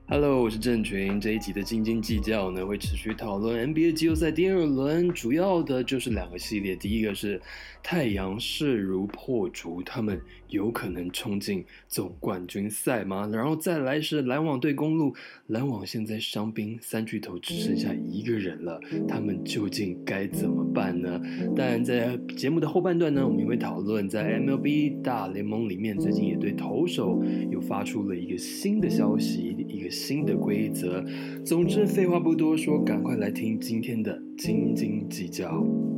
Hello，我是郑群。这一集的斤斤计较呢，会持续讨论 NBA 季后赛第二轮，主要的就是两个系列。第一个是太阳势如破竹，他们有可能冲进总冠军赛吗？然后再来是篮网对公鹿，篮网现在伤兵三巨头只剩下一个人了，他们究竟该怎么办呢？当然，在节目的后半段呢，我们也会讨论在 MLB 大联盟里面，最近也对投手有发出了一个新的消息，一个新的规则。总之，废话不多说，赶快来听今天的斤斤计较。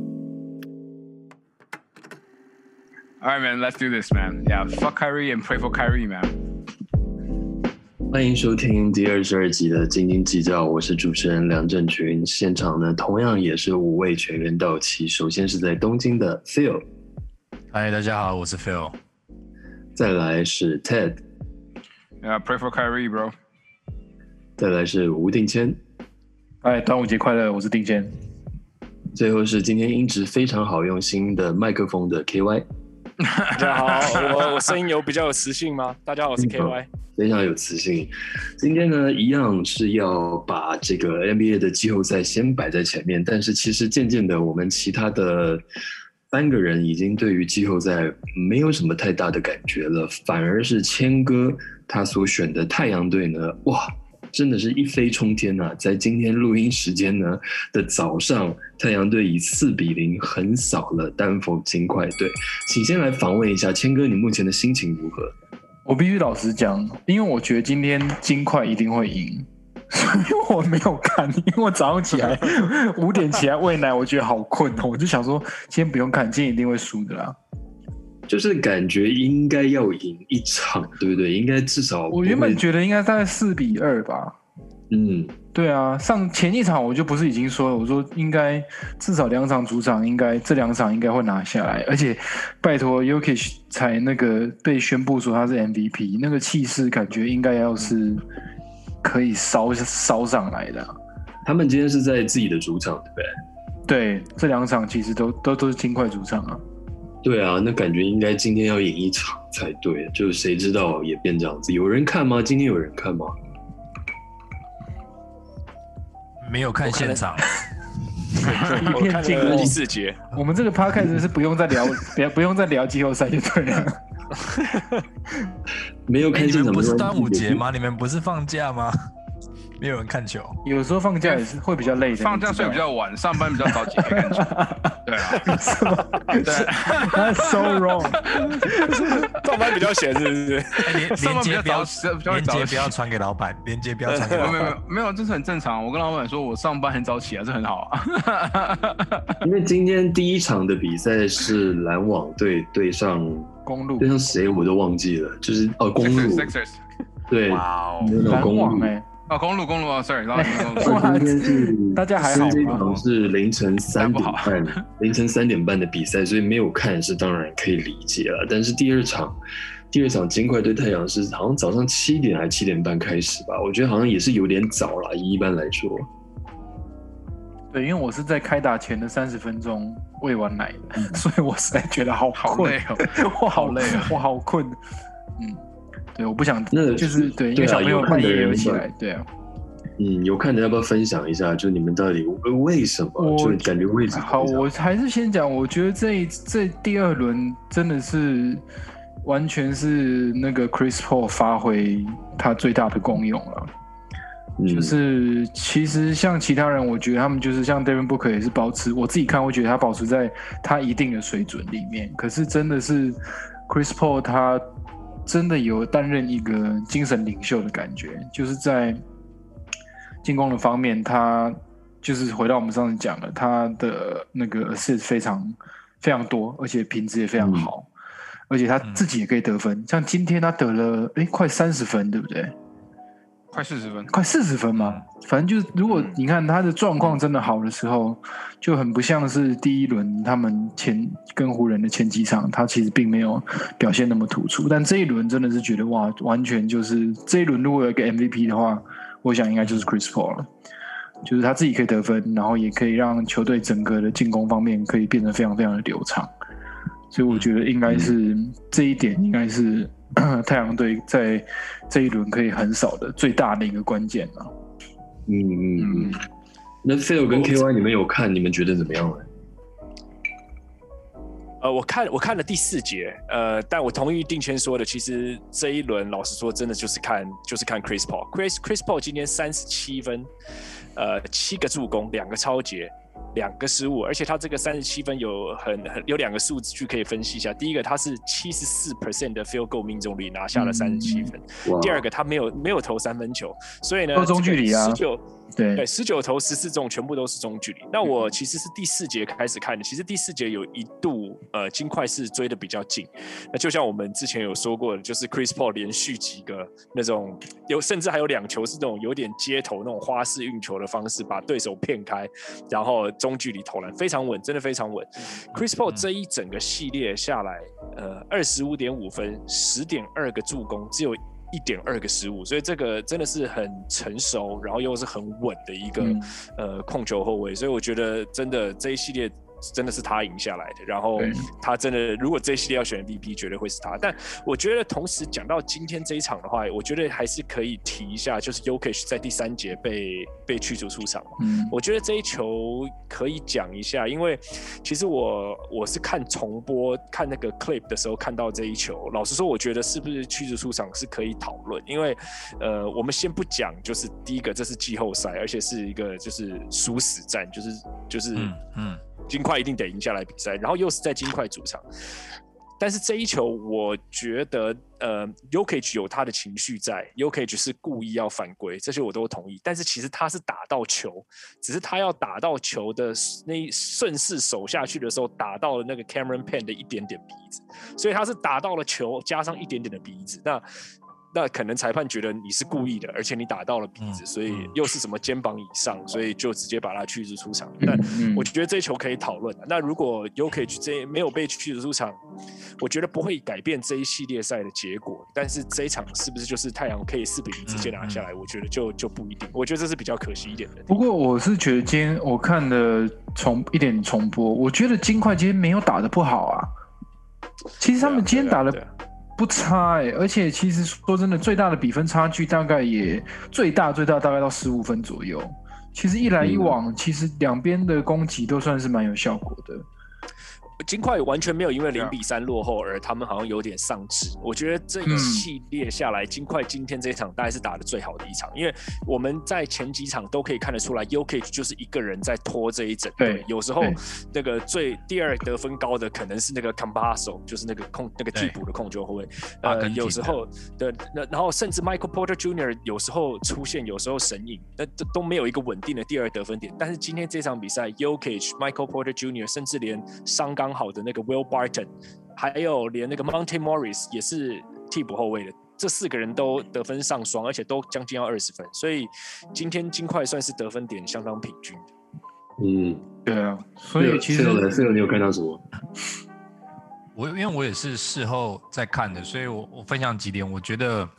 All right, man. Let's do this, man. Yeah, fuck Kyrie and pray for Kyrie, man. 欢迎收听第22集的斤斤计较，我是主持人梁振群。现场呢，同样也是5位全员到齐。首先是在东京的 Phil， 嗨，大家好，我是 Phil。 再来是 Ted， Yeah, pray for Kyrie, bro. 再来是吴定谦。 嗨，端午节快乐，我是定谦。 最后是今天音质非常好用新的麦克风的 KY。 大家好，我声音有比较有磁性吗？大家好，我是 KY。 非常有磁性。今天呢，一样是要把这个 NBA 的季后赛先摆在前面，但是其实渐渐的，我们其他的3个人已经对于季后赛没有什么太大的感觉了，反而是谦哥他所选的太阳队呢，哇！真的是一飞冲天啊！在今天录音时间呢的早上，太阳队以4-0横扫了丹佛金块队。请先来访问一下谦哥，你目前的心情如何？ 我必须老实讲，因为我觉得今天金块一定会赢，所以我没有看，因为我早上起来5点起来喂奶，我觉得好困哦，我就想说今天不用看，今天一定会输的啦。 就是感觉应该要赢一场，对不对？应该至少我原本觉得应该大概4-2吧。对啊，前一场我就不是已经说了，我说应该至少2场主场，这2场应该会拿下来，而且拜托 Jokic 才那个被宣布说他是 MVP， 那个气势感觉应该要是可以烧上来的。 他们今天是在自己的主场，对不对？ 对，这2场其实都是金块主场啊。 对啊，那感觉应该今天要赢一场才对，就谁知道也变这样子。有人看吗？今天有人看吗？ 没有看现场， 一片静默。 第4节， 我们这个 podcast 是不用再聊季后赛就对了。 没有看现场， 你们不是端午节吗？你们不是放假吗？没有人看球， 有时候放假也是会比较累的。 放假睡比较晚，上班比较早起可以看球。对啊， 对 ，That's so wrong。 上班比较闲，是不是？ 连接不要传给老板，连接不要传给老板。 没有，这是很正常。我跟老板说，我上班很早起啊，这很好啊。 因为今天第一场的比赛是篮网队对上公鹿， 对上谁我都忘记了，就是公鹿。 Sixers。 对， 哇篮网哎。 公路啊 ，sorry， 今天是大家还好吗？ 这场是凌晨3点半，凌晨3点半的比赛，所以没有看是当然可以理解了。但是第二场金块对太阳是好像早上7点还7点半开始吧，我觉得好像也是有点早啦，以一般来说。 对，因为我是在开打前的30分钟喂完奶的，所以我实在觉得好累哦， 我好累哦，我好困。对，我不想， 那就是对，因为小朋友半夜也有起来，对啊。 有看的要不要分享一下？就你们到底为什么？就感觉位置好，我还是先讲，我觉得这第2轮真的是完全是那个 Chris Paul 发挥他最大的功用了。就是其实像其他人，我觉得他们就是像 Devin Booker 也是保持，我自己看，我觉得他保持在他一定的水准里面。可是真的是 Chris Paul 他真的有担任一个精神领袖的感觉，就是在进攻的方面，他就是回到我们上次讲的，他的那个 assist 非常非常多，而且品质也非常好，而且他自己也可以得分。像今天他得了快30分，对不对？ 快40分， 快40分嘛。反正就是，如果你看他的状况真的好的时候，就很不像是第一轮他们跟湖人的前几场，他其实并没有表现那么突出。但这一轮真的是觉得哇，完全就是这一轮如果有一个 MVP 的话，我想应该就是 Chris Paul 了。就是他自己可以得分，然后也可以让球队整个的进攻方面可以变得非常非常的流畅。所以我觉得应该是这一点，应该是太阳队在这一轮可以横扫的最大的一个关键啊。 那 Phil 跟 KY 你们有看，你们觉得怎么样呢？ 我看了第4节，但我同意定谦说的，其实这一轮老实说，真的就是看 Chris Paul。Chris Paul 今天37分，7个助攻，2个抄截，2个失误，而且他这个37分有2个数据可以分析一下。第一个，他是74% 的 field goal 命中率拿下了37分；第二个，他没有投3分球，所以呢， 中距离啊 ，19 对 ，19投14中，全部都是中距离。那我其实是第4节开始看的，其实第4节有一度金块是追的比较近。那就像我们之前有说过的，就是 Chris Paul 连续几个那种甚至还有2球是那种有点街头那种花式运球的方式，把对手骗开，然后中距离投篮非常稳，真的非常稳。Chris Paul 这一整个系列下来，25.5分，10.2个助攻，只有1.2个失误，所以这个真的是很成熟，然后又是很稳的一个控球后卫，所以我觉得真的这一系列真的是他赢下来的，然后他真的如果这一系列要选 MVP 绝对会是他。但我觉得同时讲到今天这一场的话，我觉得还是可以提一下，就是 Jokic 在第3节被驱逐出场，我觉得这一球可以讲一下，因为其实我是看重播看那个 clip 的时候看到这一球，老实说我觉得是不是驱逐出场是可以讨论，因为我们先不讲，就是第一个这是季后赛，而且是一个就是殊死战，就是金块一定得赢下来比赛，然后又是在金块主场。但是这一球，我觉得Jokic 有他的情绪在 ，Jokic 是故意要犯规，这些我都同意。但是其实他是打到球，只是他要打到球的那顺势手下去的时候，打到了那个 Cameron Payne 的一点点鼻子，所以他是打到了球加上一点点的鼻子。那可能裁判觉得你是故意的，而且你打到了鼻子，所以又是什么肩膀以上，所以就直接把他驱逐出场。但我觉得这一球可以讨论。那如果 Jokic 没有被驱逐出场，我觉得不会改变这一系列赛的结果。但是这一场是不是就是太阳可以4-0直接拿下来？我觉得就不一定。我觉得这是比较可惜一点的。 不过我是觉得今天我看的一点重播，我觉得金块今天没有打得不好啊。其实他们今天打的不差而且其实说真的，最大的比分差距大概也最大大概到15分左右。其实一来一往，其实两边的攻击都算是蛮有效果的。 金块完全没有因为0-3落后而他们好像有点丧志。我觉得这一系列下来，金块今天这一场大概是打得最好的一场，因为我们在前几场都可以看得出来 ，Jokic 就是一个人在拖这一整队。有时候那个第2得分高的可能是那个 Campasso， 就是那个替补的控球后卫。有时候然后甚至 Michael Porter Jr. 有时候出现，有时候神隐，那都没有一个稳定的第2得分点。但是今天这场比赛 ，Jokic、Michael Porter Jr. 甚至连伤刚好的那个 Will Barton， 还有连那个 Monte Morris 也是替补后卫的，这4个人都得分上双，而且都将近要20分，所以今天金块算是得分点相当平均的。 对啊，所以其实你有看到什么？ 因为我也是事后在看的，所以我分享几点，我觉得，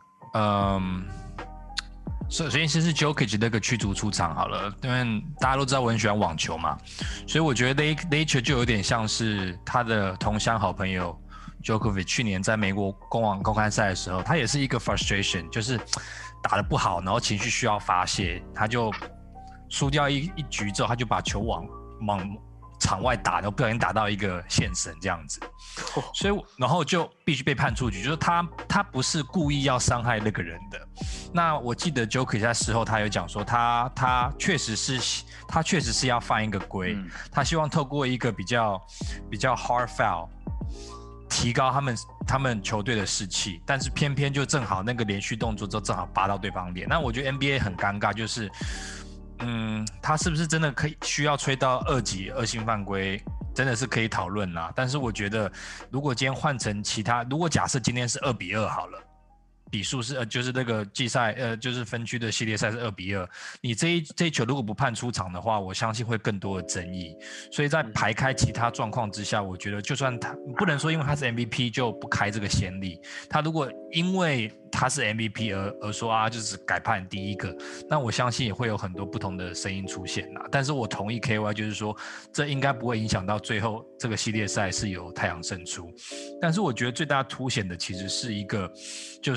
首先是 Jokic 那个驱逐出场好了，因为大家都知道我很喜欢网球嘛，所以我觉得那一球就有点像是他的同乡好朋友 Djokovic 去年在美国公网公开赛的时候，他也是一个 frustration， 就是打得不好，然后情绪需要发泄，他就输掉一局之后，他就把球往场外打，然后不小心打到一个线绳这样子，所以然后就必须被判出局，就是他不是故意要伤害那个人的。那我记得 Jokic 在事后他有讲说，他确实是要犯一个规，他希望透过一个比较 hard foul 提高他们球队的士气，但是偏偏就正好那个连续动作之后正好扒到对方脸。那我觉得 NBA 很尴尬，就是他是不是真的需要吹到2级恶性犯规，真的是可以讨论啦。但是我觉得，如果今天换成其他，如果假设今天是2-2好了，比数是就是那个季赛就是分区的系列赛是2-2，你这一球如果不判出场的话，我相信会更多的争议。所以在排开其他状况之下，我觉得就算他不能说因为他是 MVP 就不开这个先例，他如果因为他是 MVP 而说啊，就是改判第一个，那我相信也会有很多不同的声音出现啦。但是我同意 KY， 就是说这应该不会影响到最后这个系列赛是由太阳胜出。但是我觉得最大凸显的其实是一个，就是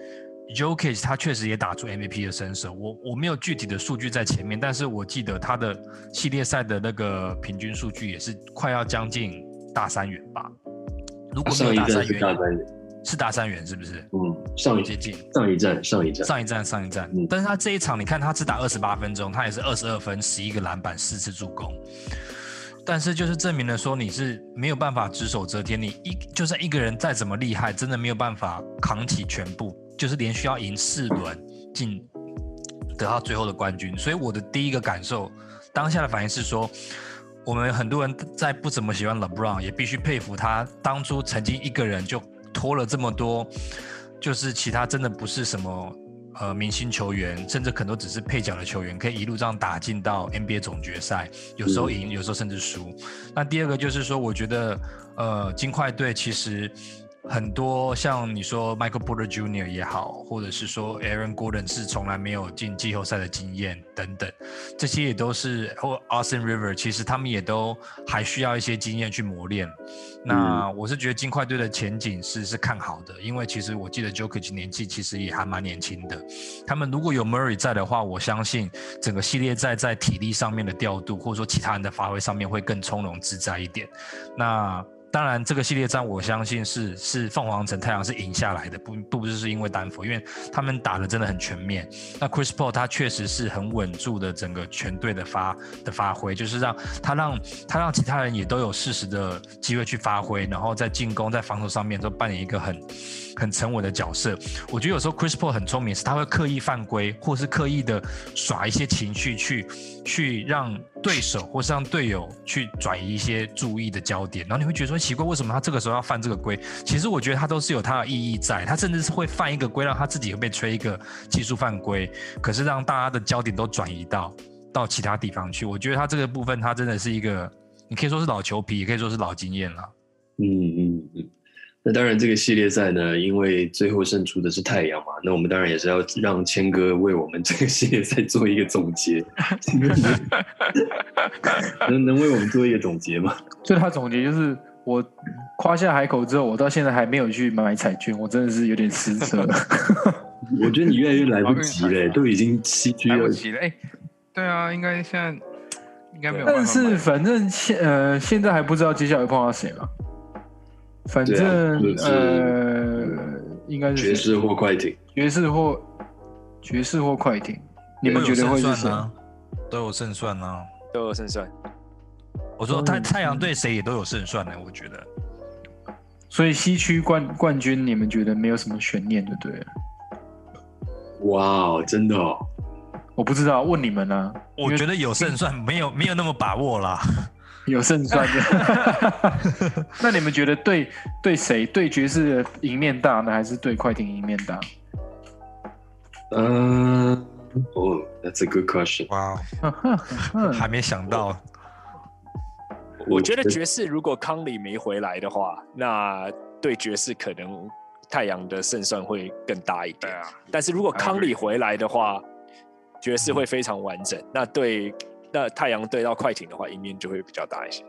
Jokic 他确实也打出 MVP 的身手。我没有具体的数据在前面，但是我记得他的系列赛的那个平均数据也是快要将近大3元吧。如果没有大3元，是大3元是不是？ 上一站， 但是他这一场你看他只打28分钟，他也是22分、11个篮板、4次助攻。但是就是证明了说你是没有办法只手遮天，就算一个人再怎么厉害，真的没有办法扛起全部，就是连续要赢4轮得到最后的冠军。所以我的第一个感受，当下的反应是说，我们很多人在不怎么喜欢 LeBron， 也必须佩服他当初曾经一个人就拖了这么多，就是其他真的不是什么明星球员，甚至可能都只是配角的球员，可以一路这样打进到 NBA 总决赛，有时候赢，有时候甚至输。那第二个就是说，我觉得金块队其实很多像你说 Michael Porter Jr. 也好，或者是说 Aaron Gordon 是从来没有进季后赛的经验等等，这些也都是或 Austin Rivers 其实他们也都还需要一些经验去磨练。那我是觉得金块队的前景是看好的，因为其实我记得 Jokic 年纪其实也还蛮年轻的。他们如果有 Murray 在的话，我相信整个系列赛在体力上面的调度，或者说其他人的发挥上面会更从容自在一点。那当然，这个系列战我相信是凤凰城太阳是赢下来的，不是因为丹佛，因为他们打的真的很全面。那 Chris Paul 他确实是很稳住的整个全队的发挥，就是让其他人也都有适时的机会去发挥，然后在进攻在防守上面都扮演一个很沉稳的角色。我觉得有时候 Chris Paul 很聪明，是他会刻意犯规，或是刻意的耍一些情绪去让对手或是让队友去转移一些注意的焦点，然后你会觉得说奇怪，为什么他这个时候要犯这个规？其实我觉得他都是有他的意义在，他甚至是会犯一个规，让他自己会被吹一个技术犯规，可是让大家的焦点都转移到其他地方去。我觉得他这个部分，他真的是一个，你可以说是老球皮，也可以说是老经验了。 那当然，这个系列赛呢，因为最后胜出的是太阳嘛，那我们当然也是要让谦哥为我们这个系列赛做一个总结。能为我们做一个总结吗？ 就他总结就是我夸下海口之后，我到现在还没有去买彩券，我真的是有点失策了。 我觉得你越来越来不及了，都已经7局了。 来不及了，对啊，应该现在应该没有办法买。 但是反正现在还不知道接下来会碰到谁嘛。反正应该是爵士或快艇， 爵士或快艇，你们觉得会是谁？ 都有胜算啊， 都有胜算。 我说太阳对谁也都有胜算呢，我觉得。 所以西区冠军，你们觉得没有什么悬念，对不对了？ 哇，真的哦？ 我不知道，问你们啊。 我觉得有胜算，没有那么把握啦。 有胜算的。那你们觉得对谁？对爵士的赢面大呢，还是对快艇赢面大 ？That's a good question. 哇，还没想到。 我觉得爵士如果康里没回来的话，那对爵士可能太阳的胜算会更大一点。但是如果康里回来的话，爵士会非常完整。那太阳对到快艇的话，赢面就会比较大一些。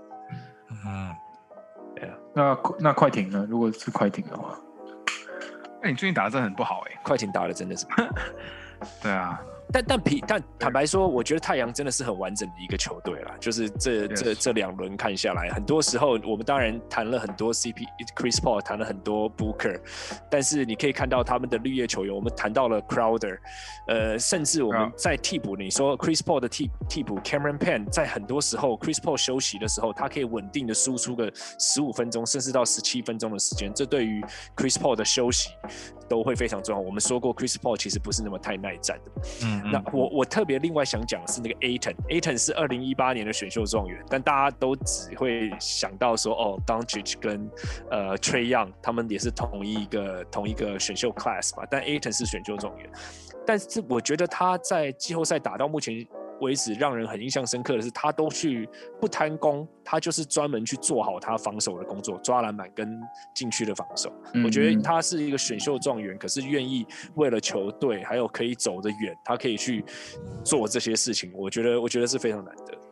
对啊。那快艇呢？如果是快艇的话， 那你最近打的真的很不好快艇打的真的是不好。 对啊。 但坦白说，我觉得太阳真的是很完整的一个球队啦。就是这2轮看下来，很多时候我们当然谈了很多 Chris Paul， 谈了很多 Booker， 但是你可以看到他们的绿叶球员，我们谈到了 Crowder， 甚至我们在替补，你说 Chris Paul 的替补 Cameron Payne， 在很多时候 Chris Paul 休息的时候，他可以稳定的输出个15分钟，甚至到17分钟的时间，这对于 Chris Paul 的休息都会非常重要。我们说过 Chris Paul 其实不是那么太耐战的。那我特别另外想讲的是那个 Ayton 是2018年的选秀状元，但大家都只会想到说Doncic 跟Trae Young 他们也是同一个选秀 class 嘛，但 Ayton 是选秀状元。但是我觉得他在季后赛打到目前为止让人很印象深刻的是，他都去不贪功，他就是专门去做好他防守的工作，抓篮板跟禁区的防守。我觉得他是一个选秀状元，可是愿意为了球队，还有可以走得远，他可以去做这些事情，我觉得是非常难得。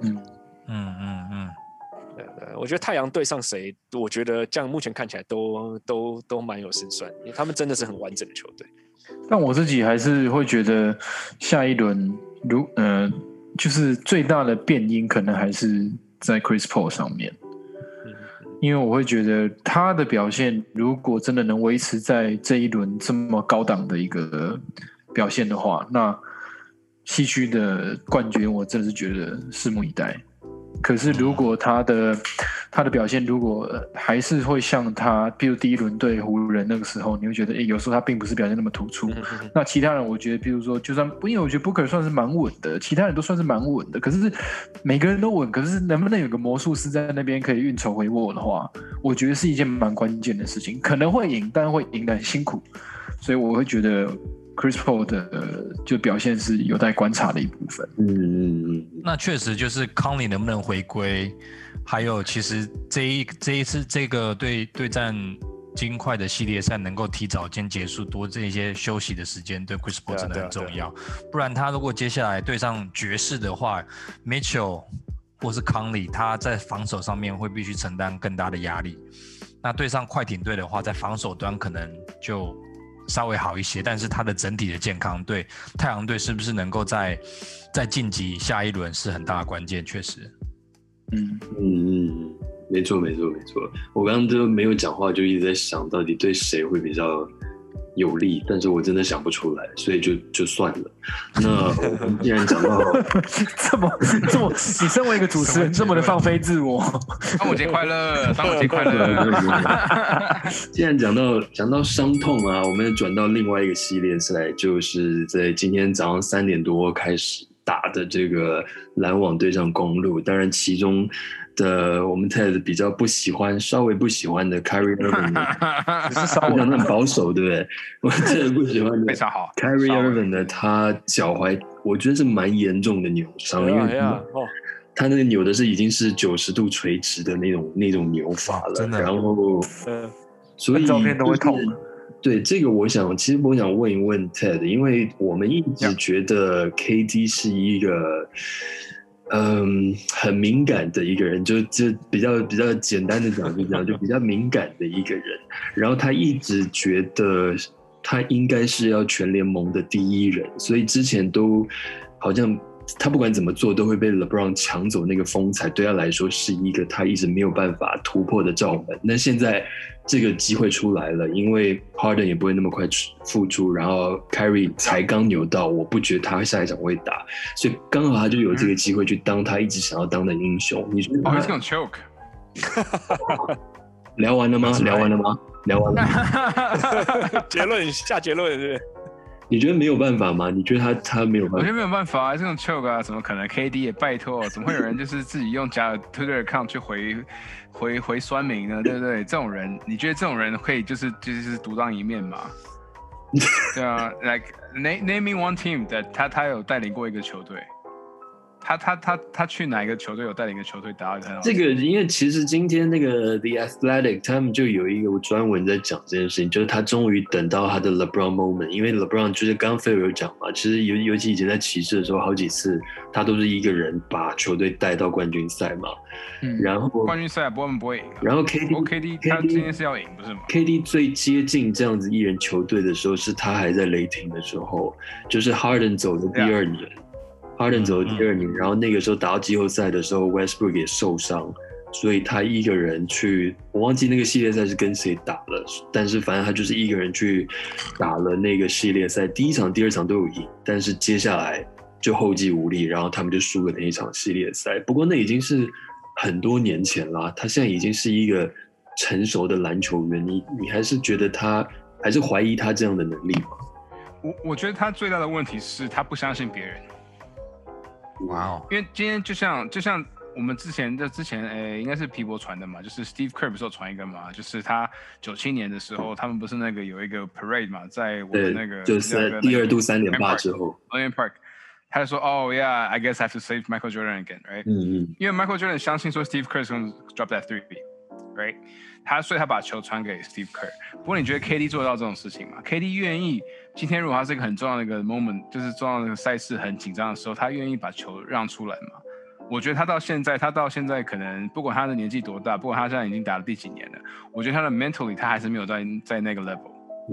我觉得太阳对上谁，我觉得这样目前看起来都蛮有胜算，因为他们真的是很完整的球队。 但我自己还是会觉得下一轮就是最大的变因可能还是在 Chris Paul 上面，因为我会觉得他的表现如果真的能维持在这一轮这么高档的一个表现的话，那西区的冠军我真的是觉得拭目以待。可是如果他的表现如果还是会像他，比如第一轮对湖人那个时候，你会觉得有时候他并不是表现那么突出。那其他人我觉得，比如说就算因为我觉得 Booker 算是蛮稳的，其他人都算是蛮稳的，可是每个人都稳，可是能不能有个魔术师在那边可以运筹帷幄的话，我觉得是一件蛮关键的事情。可能会赢，但会赢得很辛苦，所以我会觉得Chris Paul 的就表现是有待观察的一部分。 那确实就是康利能不能回归，还有其实这一次这个对战金块的系列赛能够提早间结束，多这些休息的时间，对 Chris Paul 真的很重要。不然他如果接下来对上爵士的话 ，Mitchell 或是康利，他在防守上面会必须承担更大的压力。那对上快艇队的话，在防守端可能就稍微好一些，但是他的整体的健康对太阳队是不是能够在晋级下一轮是很大的关键，确实。 没错。我刚刚都没有讲话，就一直在想到底对谁会比较有利，但是我真的想不出来，所以就算了。那我们既然讲到这么，你身为一个主持人这么的放飞自我， 端午节快乐，端午节快乐。 既然讲到伤痛啊，我们转到另外一个系列赛，就是在今天早上3点多开始打的这个篮网对上公鹿。当然其中的我们 Ted 比较稍微不喜欢的 Kyrie Irving， 只是稍微很保守，对不对？我真的不喜欢的非常好 Kyrie Irving 呢，他脚踝我觉得是蛮严重的扭伤，因为他那个扭的已经是90度垂直的那种扭法了， 真的。 然后所以照片都会痛。 对这个其实我想问一问 Ted， 因为我们一直觉得 KD 是一个很敏感的一个人，就比较简单的讲就这样，就比较敏感的一个人。然后他一直觉得他应该是要全联盟的第一人，所以之前都好像他不管怎么做都会被 LeBron 抢走那个风采，对他来说是一个他一直没有办法突破的罩门。那现在这个机会出来了，因为 Harden 也不会那么快复出，然后 Kyrie 才刚扭到，我不觉得他下一场会打，所以刚好他就有这个机会去当他一直想要当的英雄。你觉得 ？He's gonna choke。 聊完了吗？ 下结论是不是？ 你觉得没有办法吗？你觉得他没有办法？ 我觉得没有办法啊，这种 choke 啊，怎么可能 ？KD 也拜托，怎么会有人就是自己用假的 Twitter account 去回酸民呢？对不对？这种人，你觉得这种人可以就是独当一面吗？对啊 ，like naming one team that 他有带领过一个球队。他去哪一个球队有带领一个球队打得很好？ 这个因为其实今天那个 The Athletic 他们就有一个专文在讲这件事情，就是他终于等到他的 LeBron moment， 因为 LeBron 就是刚刚 Phil 有讲嘛，其实尤其以前在骑士的时候，好几次他都是一个人把球队带到冠军赛嘛。然后冠军赛不会赢。 然后 KD 他今天是要赢不是吗 ？KD 最接近这样子一人球队的时候，是他还在雷霆的时候，就是 Harden 走的第2年。Harden 走的第2年，然后那个时候打到季后赛的时候 Westbrook 也受伤，所以他一个人去，我忘记那个系列赛是跟谁打了，但是反正他就是一个人去打了那个系列赛，第1场、第2场都有赢，但是接下来就后继无力，然后他们就输了那一场系列赛。不过那已经是很多年前了，他现在已经是一个成熟的篮球员，你还是觉得他还是怀疑他这样的能力吗？ 我觉得他最大的问题是他不相信别人。 哇哦！ 因为今天就像我们之前应该是皮博传的嘛，就是 Steve Kerr 不是有传一个嘛，就是他97年的时候，他们不是那个有一个 parade 嘛，在我们那个就是第2度3连霸之后 ，Orient Park， 他就说，Oh yeah, I guess I have to save Michael Jordan again, right？ 因为 Michael Jordan 相信说 Steve Kerr is going to drop that three，right？ 所以他把球传给 Steve Kerr。不过你觉得 KD 做得到这种事情吗 ？KD 愿意今天如果他是一个很重要的一个 moment， 就是重要的赛事很紧张的时候，他愿意把球让出来吗？我觉得他到现在可能不管他的年纪多大，不管他现在已经打了第几年了，我觉得他的 mentally 他还是没有在那个 level。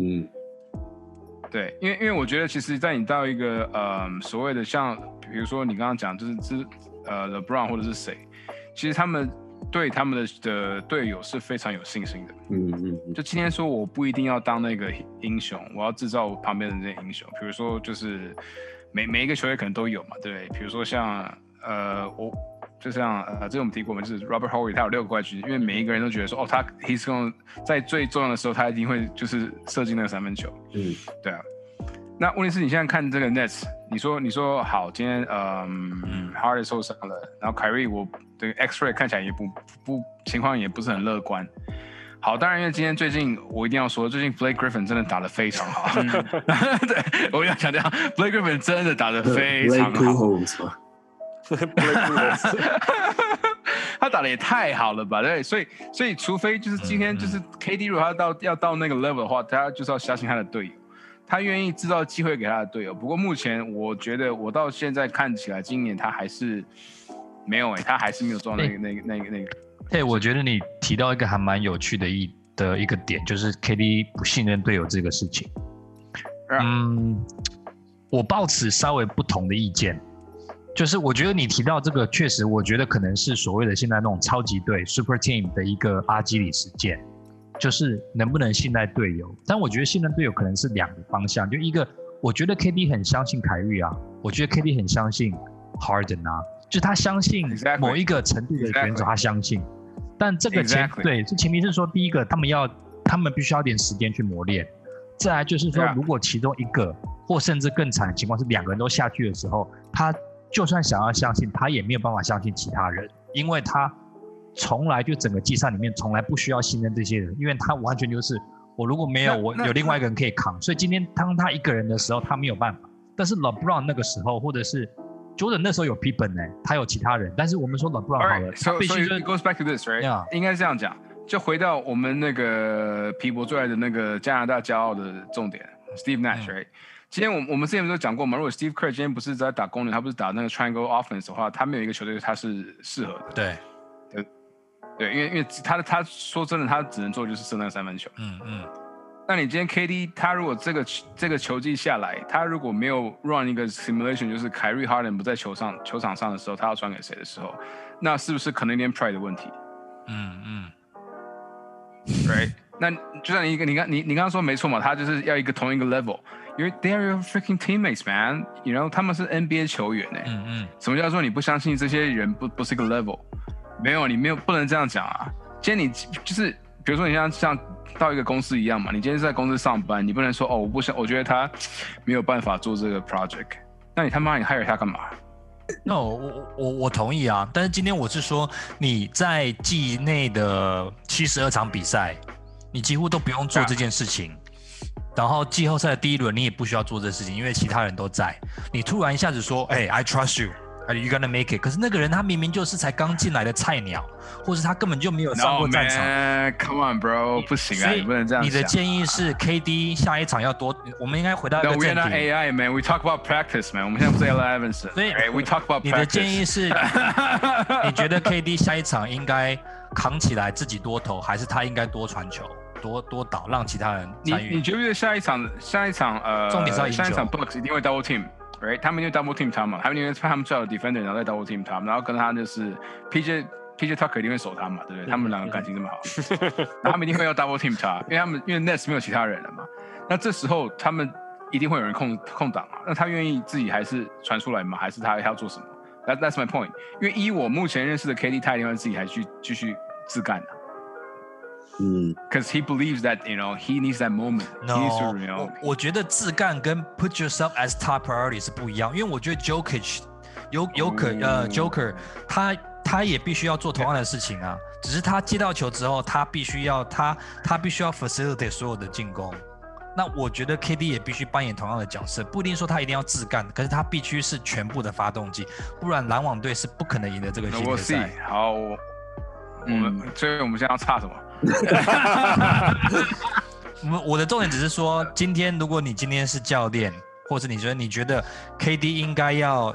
对，因为我觉得其实，在你到一个所谓的像比如说你刚刚讲就是LeBron 或者是谁，其实他们对他们的队友是非常有信心的。就今天说我不一定要当那个英雄，我要制造我旁边的那些英雄。比如说就是每一个球队可能都有嘛，对不对？比如说像就像这个我们提过嘛，就是 Robert Horry 他有6个冠军，因为每一个人都觉得说he's going 在最重要的时候他一定会就是射进那个3分球。对啊。那问题是你现在看这个 Nets， 你说好，今天Harden 受伤了，然后 Kyrie 我这个 X-ray 看起来也不情况也不是很乐观。好，当然因为今天最近我一定要说，最近 Blake Griffin 真的打得非常好。对，我要强调 Blake Griffin 真的打得非常好。他打得也太好了吧，对，所以除非就是今天就是 KD 如果他要到那个 level 的话，他就是要相信他的队友，他愿意制造机会给他的队友。不过目前我觉得我到现在看起来，今年他还是没有他还是没有做到那个。 对，我觉得你提到一个还蛮有趣的一个点，就是 KD 不信任队友这个事情。我抱持稍微不同的意见。就是我觉得你提到这个，确实我觉得可能是所谓的现在那种超级队 Super Team 的一个阿基里斯腱，就是能不能信赖队友。但我觉得信任队友可能是2个方向，就一个我觉得 KD 很相信凯瑞啊，我觉得 KD 很相信 Harden 啊，就是他相信某一个程度的选手，他相信。但这个对，这前提是说，第一个他们必须要点时间去磨练，再来就是说，如果其中一个或甚至更惨的情况是2个人都下去的时候，他就算想要相信，他也没有办法相信其他人，因为他从来就整个季赛里面从来不需要信任这些人，因为他完全就是我如果没有我有另外一个人可以扛，所以今天当他一个人的时候他没有办法。但是 LeBron 那个时候或者是 Jordan 那时候有 Pippen 他有其他人，但是我们说 LeBron 好了， 他必须 it goes back to this right， 应该是这样讲，就回到我们那个皮博最爱的那个加拿大骄傲的重点 Steve Nash right。今天我们之前不是讲过嘛？如果 Steve Kerr 今天不是在打公牛，他不是打那个 Triangle Offense 的话，他没有一个球队他是适合的。对，因为他说真的，他只能做就是射那个3分球。那你今天 KD 他如果这个球季下来，他如果没有 run 一个 simulation， 就是凯瑞 Harden 不在球场上的时候，他要传给谁的时候，那是不是Canadian Pride 的问题？Right？ 那就像你刚刚说没错嘛，他就是要一个同一个 level。因为 they are your freaking teammates, man. You know, 他们是 NBA 球员什么叫做你不相信这些人不是一个 level？ 没有，你不能这样讲啊。今天你就是比如说你像到一个公司一样嘛，你今天是在公司上班，你不能说我觉得他没有办法做这个 project， 那你他妈你 hire 他干嘛 ？No， 我同意啊，但是今天我是说你在季内的72场比赛，你几乎都不用做这件事情。然后季后赛的第1轮你也不需要做这事情，因为其他人都在。你突然一下子说I trust you, you gonna make it， 可是那个人他明明就是才刚进来的菜鸟，或是他根本就没有上过战场。 Come on, bro， 不行啊，你不能这样想。 你的建议是 KD 下一场要多？我们应该回到一个正题。 No, we're not AI, man. We talk about practice, man. 我们现在不是 Ella Evans， 所以 we talk about practice。 你的建议是，你觉得 KD 下一场应该扛起来自己多投，还是他应该多传球？多导让其他人参与。 你觉不觉得下一场重点是要赢球， 下一场 Bucks 一定会 double team， right？ 他们一定会 double team 他嘛，他们因为他们最好的 defender， 然后再 double team 他们，然后跟他就是 PJ Tucker 一定会守他嘛，对不对？他们2个感情这么好，然后他们一定会要 double team 他，因为 Nets 没有其他人了嘛。那这时候他们一定会有人空档啊，那他愿意自己还是传出来吗？还是他要做什么 ？That's my point。因为依我目前认识的 KD， 他一定会自己还去继续自干的。Because he believes that he needs that moment. No， 我觉得自干跟 put yourself as top priority 是不一样，因为我觉得 Joker 他也必须要做同样的事情啊，只是他接到球之后，他必须要 facilitate 所有的进攻， 那我觉得 KD 也必须扮演同样的角色，不一定说他一定要自干，可是他必须是全部的发动机，不然篮网队是不可能赢得这个系列赛。 好，所以我们现在要差什么？ 我的重点只是说，今天如果你今天是教练，或是你觉得 KD 应该要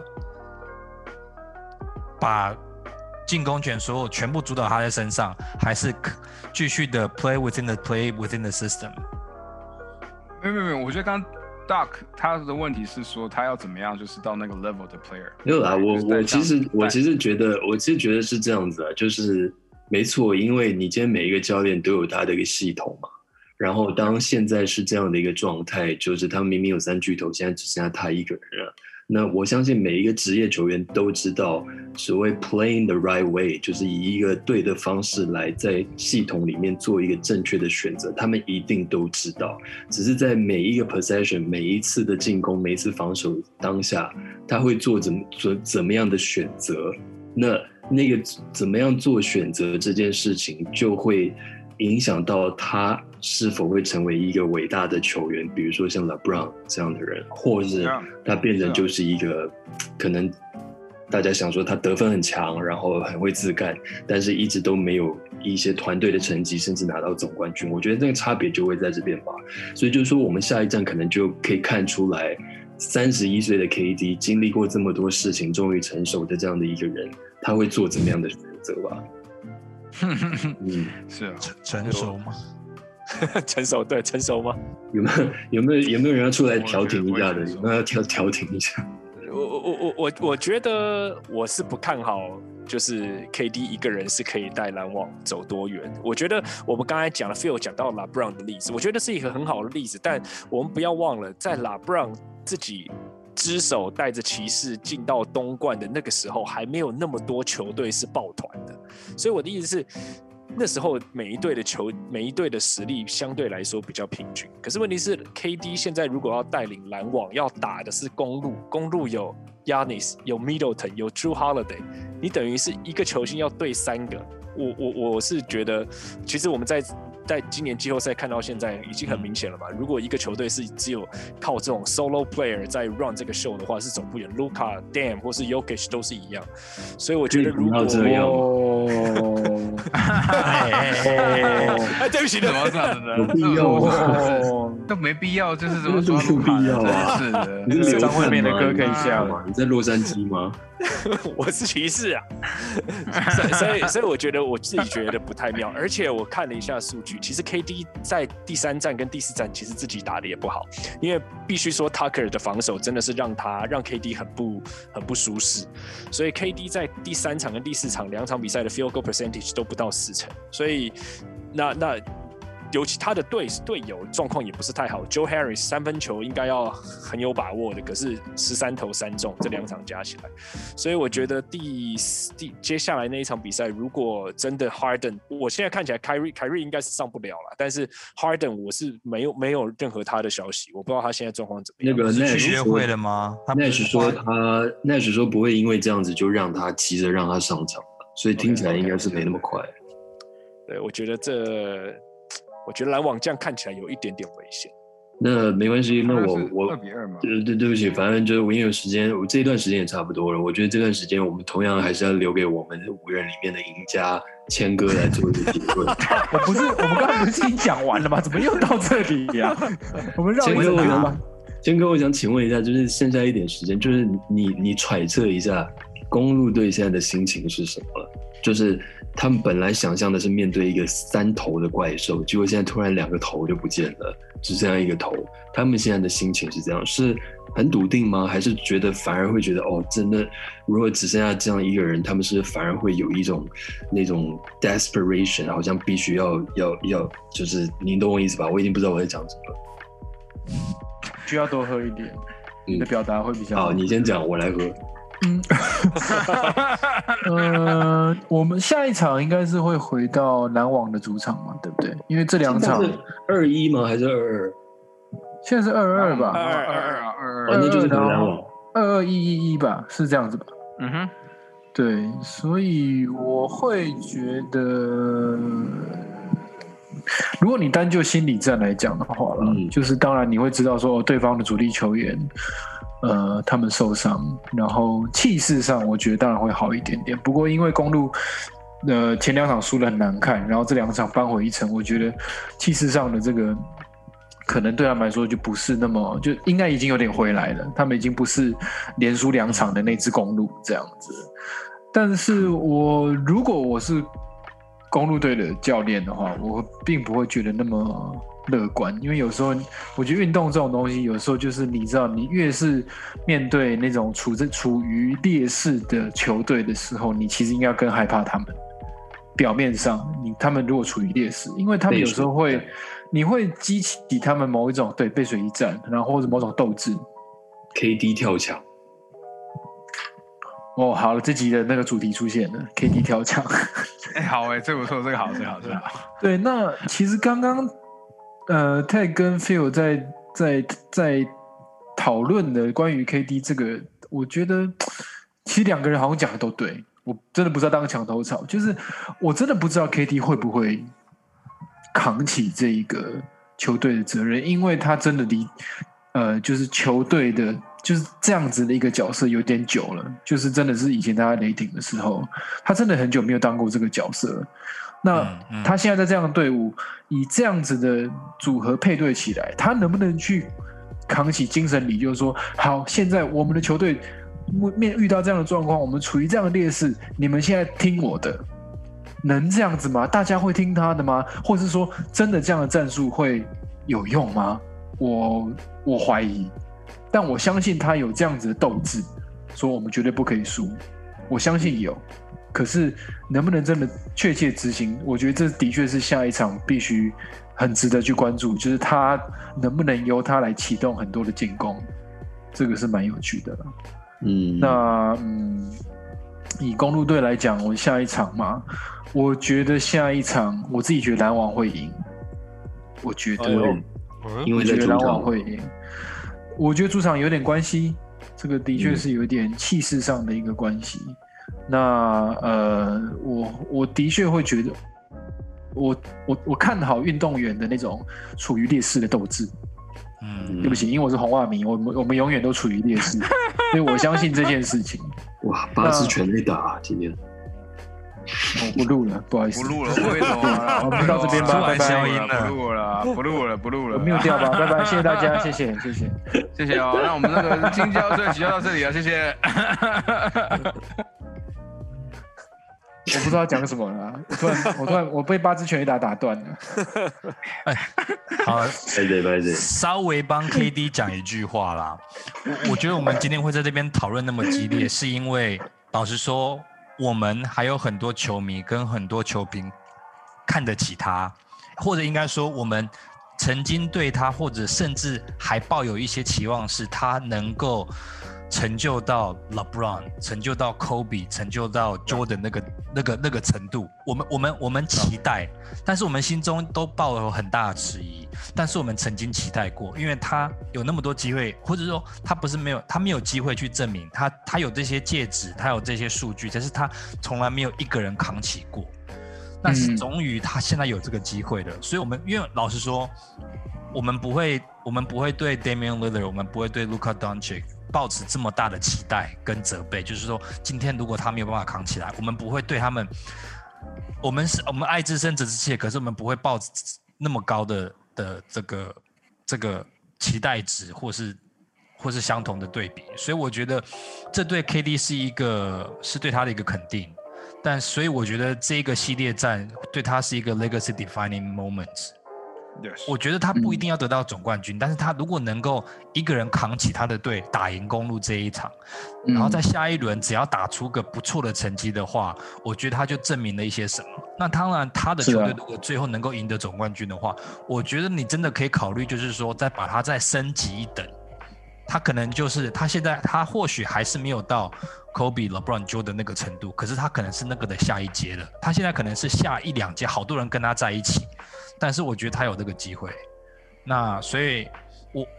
把进攻权所有全部主导他在身上，还是继续的 play within the system？ 没有，我觉得刚刚 Doc 他的问题是说他要怎么样，就是到那个 level 的 player。 没有啦，我其实觉得是这样子啊，就是没错，因为你今天每一个教练都有他的一个系统嘛。然后当现在是这样的一个状态，就是他们明明有3巨头，现在只剩下他一个人了。那我相信每一个职业球员都知道，所谓 playing the right way， 就是以一个对的方式来在系统里面做一个正确的选择，他们一定都知道。只是在每一个 possession， 每一次的进攻，每一次防守当下，他会做怎么样的选择？那个怎么样做选择这件事情，就会影响到他是否会成为一个伟大的球员，比如说像 LeBron 这样的人，或是他变成就是一个可能大家想说他得分很强，然后很会自干，但是一直都没有一些团队的成绩，甚至拿到总冠军。我觉得这个差别就会在这边吧。所以就是说，我们下一站可能就可以看出来，31岁的 KD 经历过这么多事情，终于成熟的这样的一个人，他会做怎么样的选择吧？ 是啊， 成熟吗？ 成熟吗？ 有没有人要出来调停一下的？有没有要调停一下？ 我觉得我是不看好，就是 KD 一个人是可以带篮网走多远。我觉得我们刚才讲了 Phil 讲到 LeBron 的例子，我觉得是一个很好的例子，但我们不要忘了，在 LeBron 自己只手带着骑士进到东冠的那个时候，还没有那么多球队是抱团的。所以我的意思是，那时候每一队的实力相对来说比较平均。可是问题是 ，KD 现在如果要带领篮网，要打的是公路有 Giannis， 有 Middleton， 有 Jrue Holiday， 你等于是一个球星要对3个。我是觉得，其实我们在今年季后赛看到现在已经很明显了嘛。如果一个球队是只有靠这种 solo player 在 run 这个 show 的话，是走不远。Luka、Dame 或是 Jokic 都是一样。所以我觉得如果这样， 对不起， 怎么这样子呢？ 有必要吗？ 都没必要，就是怎么说有必要啊？ 是的， 你是张惠妹的歌可以下吗？ 你在洛杉矶吗？ 我是骑士啊，所以我觉得我自己觉得不太妙，而且我看了一下数据，其实 KD 在第3战跟第4战其实自己打的也不好，因为必须说 Tucker 的防守真的是让 KD 很不舒适，所以 KD 在第3场跟第4场2场比赛的 field goal percentage 都不到40%，所以那尤其他的队友状况也不是太好 ，Joe Harris 3分球应该要很有把握的，可是13投3中，这2场加起来，所以我觉得接下来那一场比赛，如果真的 Harden， 我现在看起来凯瑞应该是上不了了，但是 Harden 我是没有任何他的消息，我不知道他现在状况怎么样。 那个 Nash 去约会了吗 ？Nash 说不会因为这样子就急着让他上场，所以听起来应该是没那么快。 对，我觉得篮网这样看起来有一点点危险。 那没关系，那我 2-2嘛。 对不起，反正就是我因为有时间，我这一段时间也差不多了。我觉得这段时间我们同样还是要留给我们5人里面的赢家谦哥来做一个结论。 我们刚才不是已经讲完了吗？怎么又到这里呀？我们绕一个吧。 谦哥，我想请问一下，就是剩下一点时间，就是你揣测一下公鹿队现在的心情是什么？就是他们本来想象的是面对一个3头的怪兽，结果现在突然2个头就不见了，只剩下1个头。他们现在的心情是这样，是很笃定吗？还是觉得反而会觉得真的，如果只剩下这样一个人，他们是反而会有一种那种 desperation， 好像必须要，就是你懂我意思吧？我已经不知道我在讲什么了。 需要多喝一点，你的表达会比较好。你先讲，我来喝。 我们下一场应该是会回到篮网的主场嘛，对不对？因为这2场是2-1吗？还是2-2？ 现在是2-2吧 ？2-2， 那就是篮网 2-2-1-1-1吧，是这样子吧？ 嗯哼， 对，所以我会觉得如果你单就心理战来讲的话啦，就是当然你会知道说对方的主力球员，他们受伤，然后气势上我觉得当然会好一点点。不过因为公鹿前2场输得很难看，然后这2场扳回一城，我觉得气势上的这个可能对他们来说就不是那么，就应该已经有点回来了。他们已经不是连输2场的那支公鹿这样子。但是如果我是公鹿队的教练的话，我并不会觉得那么乐观，因为有时候我觉得运动这种东西，有时候就是你知道，你越是面对那种处于劣势的球队的时候，你其实应该更害怕他们。表面上，他们如果处于劣势，因为他们有时候你会激起他们某一种背水一战，然后或者某种斗志。 KD 跳墙。 哦，好了，这集的那个主题出现了 ，KD 跳墙。 好这不错，这个好，这个好。 对，那其实刚刚Ted 跟 Phil 在讨论的关于 KD 这个，我觉得其实2个人好像讲的都对。我真的不知道当墙头草，就是我真的不知道 KD 会不会扛起这一个球队的责任，因为他真的就是球队的就是这样子的一个角色有点久了，就是真的是以前他在雷霆的时候，他真的很久没有当过这个角色。那他现在在这样的队伍，以这样子的组合配对起来，他能不能去扛起精神力，就是说，好，现在我们的球队遇到这样的状况，我们处于这样的劣势，你们现在听我的，能这样子吗？大家会听他的吗？或是说，真的这样的战术会有用吗？我怀疑，但我相信他有这样子的斗志，说我们绝对不可以输，我相信有。可是能不能真的确切执行？我觉得这的确是下一场必须很值得去关注，就是他能不能由他来启动很多的进攻，这个是蛮有趣的了。以公鹿队来讲，我下一场嘛，我觉得下一场我自己觉得篮网会赢。我觉得， 因为在主场篮网会赢。我觉得主场有点关系，这个的确是有一点气势上的一个关系。那我的确会觉得，我看好运动员的那种处于劣势的斗志。对不起，因为我是红袜迷，我们永远都处于劣势，所以我相信这件事情。 哇，8支全垒打今天。 我不录了，不好意思。 不录了，为什么？ 我们到这边吧，拜拜。不录了。 我没有掉吧，拜拜，谢谢大家，谢谢哦。那我们那个金交这集就到这里了，谢谢。 我不知道讲什么了，我被8支全垒打打断了。 好，稍微帮 KD 讲一句话啦。我觉得我们今天会在这边讨论那么激烈，是因为老实说，我们还有很多球迷跟很多球评看得起他，或者应该说我们曾经对他，或者甚至还抱有一些期望，是他能够成就到 LeBron， 成就到 Kobe， 成就到 Jordan 那个程度，我们期待，但是我们心中都抱有很大的迟疑。但是我们曾经期待过，因为他有那么多机会，或者说他没有机会去证明他有这些戒指，他有这些数据，但是他从来没有一个人扛起过。但是终于他现在有这个机会了，所以因为老实说，我们不会对 Damian Lillard， 我们不会对 Luka Doncic抱持这么大的期待跟责备，就是说，今天如果他没有办法扛起来，我们不会对他们，我们爱之深责之切，可是我们不会抱那么高的这个期待值，或是相同的对比，所以我觉得这对 KD 是对他的一个肯定，但所以我觉得这个系列战对他是一个 legacy defining moment。Yes. 我觉得他不一定要得到总冠军，但是他如果能够一个人扛起他的队，打赢公鹿这一场，然后在下一轮只要打出个不错的成绩的话，我觉得他就证明了一些什么。那当然，他的球队如果最后能够赢得总冠军的话，我觉得你真的可以考虑，就是说再把他再升级一等。他可能就是他或许还是没有到 Kobe、LeBron、Jordan 那个程度，可是他可能是那个的下一阶了。他现在可能是下1、2阶，好多人跟他在一起。但是我觉得他有这个机会，那所以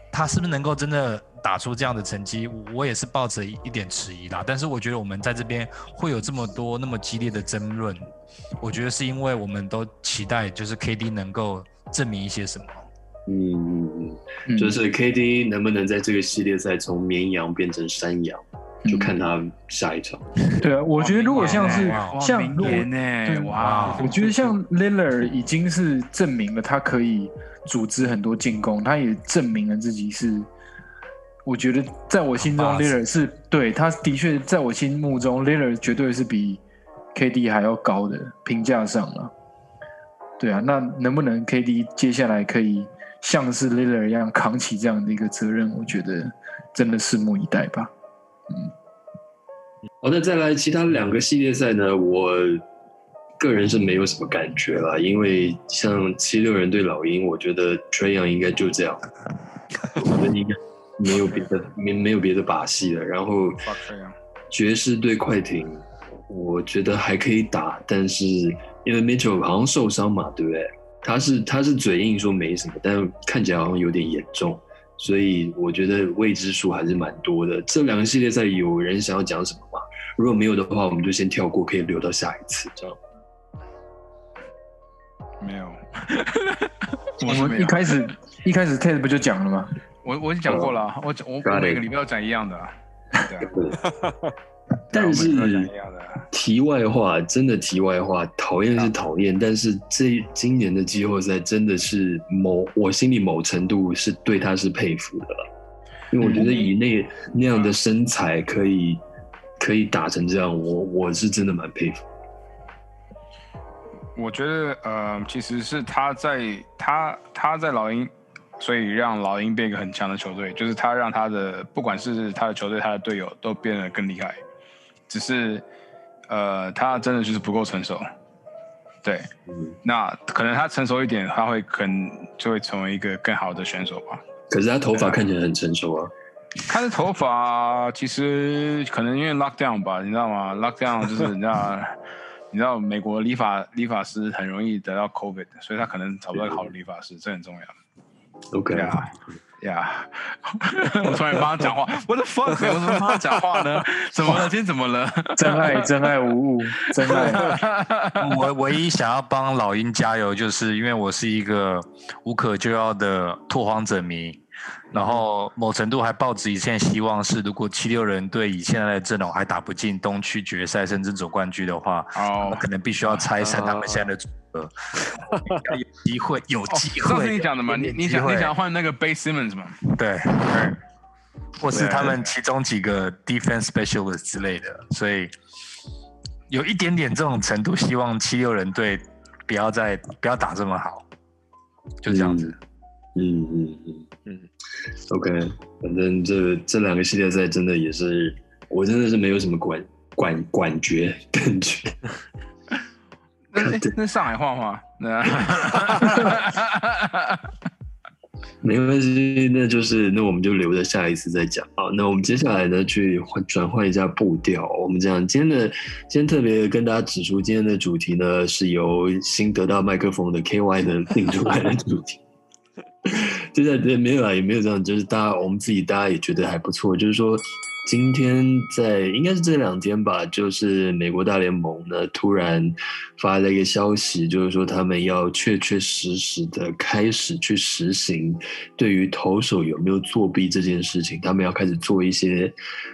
他是不是能够真的打出这样的成绩，我也是抱着一点迟疑啦。但是我觉得我们在这边会有这么多那么激烈的争论，我觉得是因为我们都期待就是 KD 能够证明一些什么。 就是 KD 能不能在这个系列赛从绵羊变成山羊，就看他下一场。 对啊，我觉得如果像是像明年哇， 我觉得像 Lillard 已经是证明了他可以组织很多进攻，他也证明了自己是，我觉得在我心中 Lillard 是对，他的确在我心目中 Lillard 绝对是比 KD 还要高的评价上了。对啊，那能不能 KD 接下来可以像是 Lillard 一样扛起这样的一个责任，我觉得真的拭目以待吧。 好，那再来其他2个系列赛呢，我个人是没有什么感觉啦，因为像76人对老鹰，我觉得 Trae Young 应该就这样，我觉得应该没有别的把戏了。然后爵士对快艇，我觉得还可以打，但是因为 Mitchell 好像受伤嘛，对不对？他是嘴硬说没什么，但看起来好像有点严重，所以我觉得未知数还是蛮多的。这2个系列赛有人想要讲什么吗？如果没有的话，我们就先跳过，可以留到下一次这样。 没有， 我们一开始 Ted 不就讲了吗？ 我已经讲过了，我每个礼拜都讲一样的。对但是题外话，真的题外话，讨厌是讨厌，但是今年的季后赛真的是我心里某程度是对他是佩服的了，因为我觉得以那样的身材可以打成这样，我是真的蛮佩服。 我觉得其实是他在老鹰，所以让老鹰变一个很强的球队，就是他让他的不管是他的球队他的队友都变得更厉害，只是他真的就是不够成熟。对，那可能他成熟一点，他就会成为一个更好的选手吧。 可是他头发看起来很成熟啊。 他的头发其实可能因为 lockdown 吧，你知道吗 ？lockdown 就是你知道美国理发师很容易得到 COVID， 所以他可能找不到好的理发师，这很重要。 OK。 我突然帮他讲话 ，What the fuck？ 我怎么帮他讲话呢？怎么了？今天怎么了？ 真爱无误，真爱。 我唯一想要帮老鹰加油，就是因为我是一个无可救药的拓荒者迷。然后某程度还抱着一线希望是，如果76人队以现在的阵容还打不进东区决赛甚至总冠军的话，他们可能必须要拆散他们现在的组合。有机会。 上次你讲的嘛，你想换那个 Ben Simmons 嘛？ 对，或是他们其中几个 defense specialist 之类的，所以有一点点这种程度，希望76人队不要打这么好，就这样子。 OK， 反正这2个系列赛真的也是，我真的是没有什么感觉。 那上海话吗？ 没关系，那我们就留着下一次再讲啊。那我们接下来呢，去转换一下步调。我们讲今天特别跟大家指出，今天的主题呢是由新得到麦克风的 KY 的定出来的主题。就在没有啦，也没有这样，就是我们自己大家也觉得还不错。就是说，今天应该是这2天吧，就是美国大联盟呢突然发了一个消息，就是说他们要确实的开始去实行对于投手有没有作弊这件事情，他们要开始做一些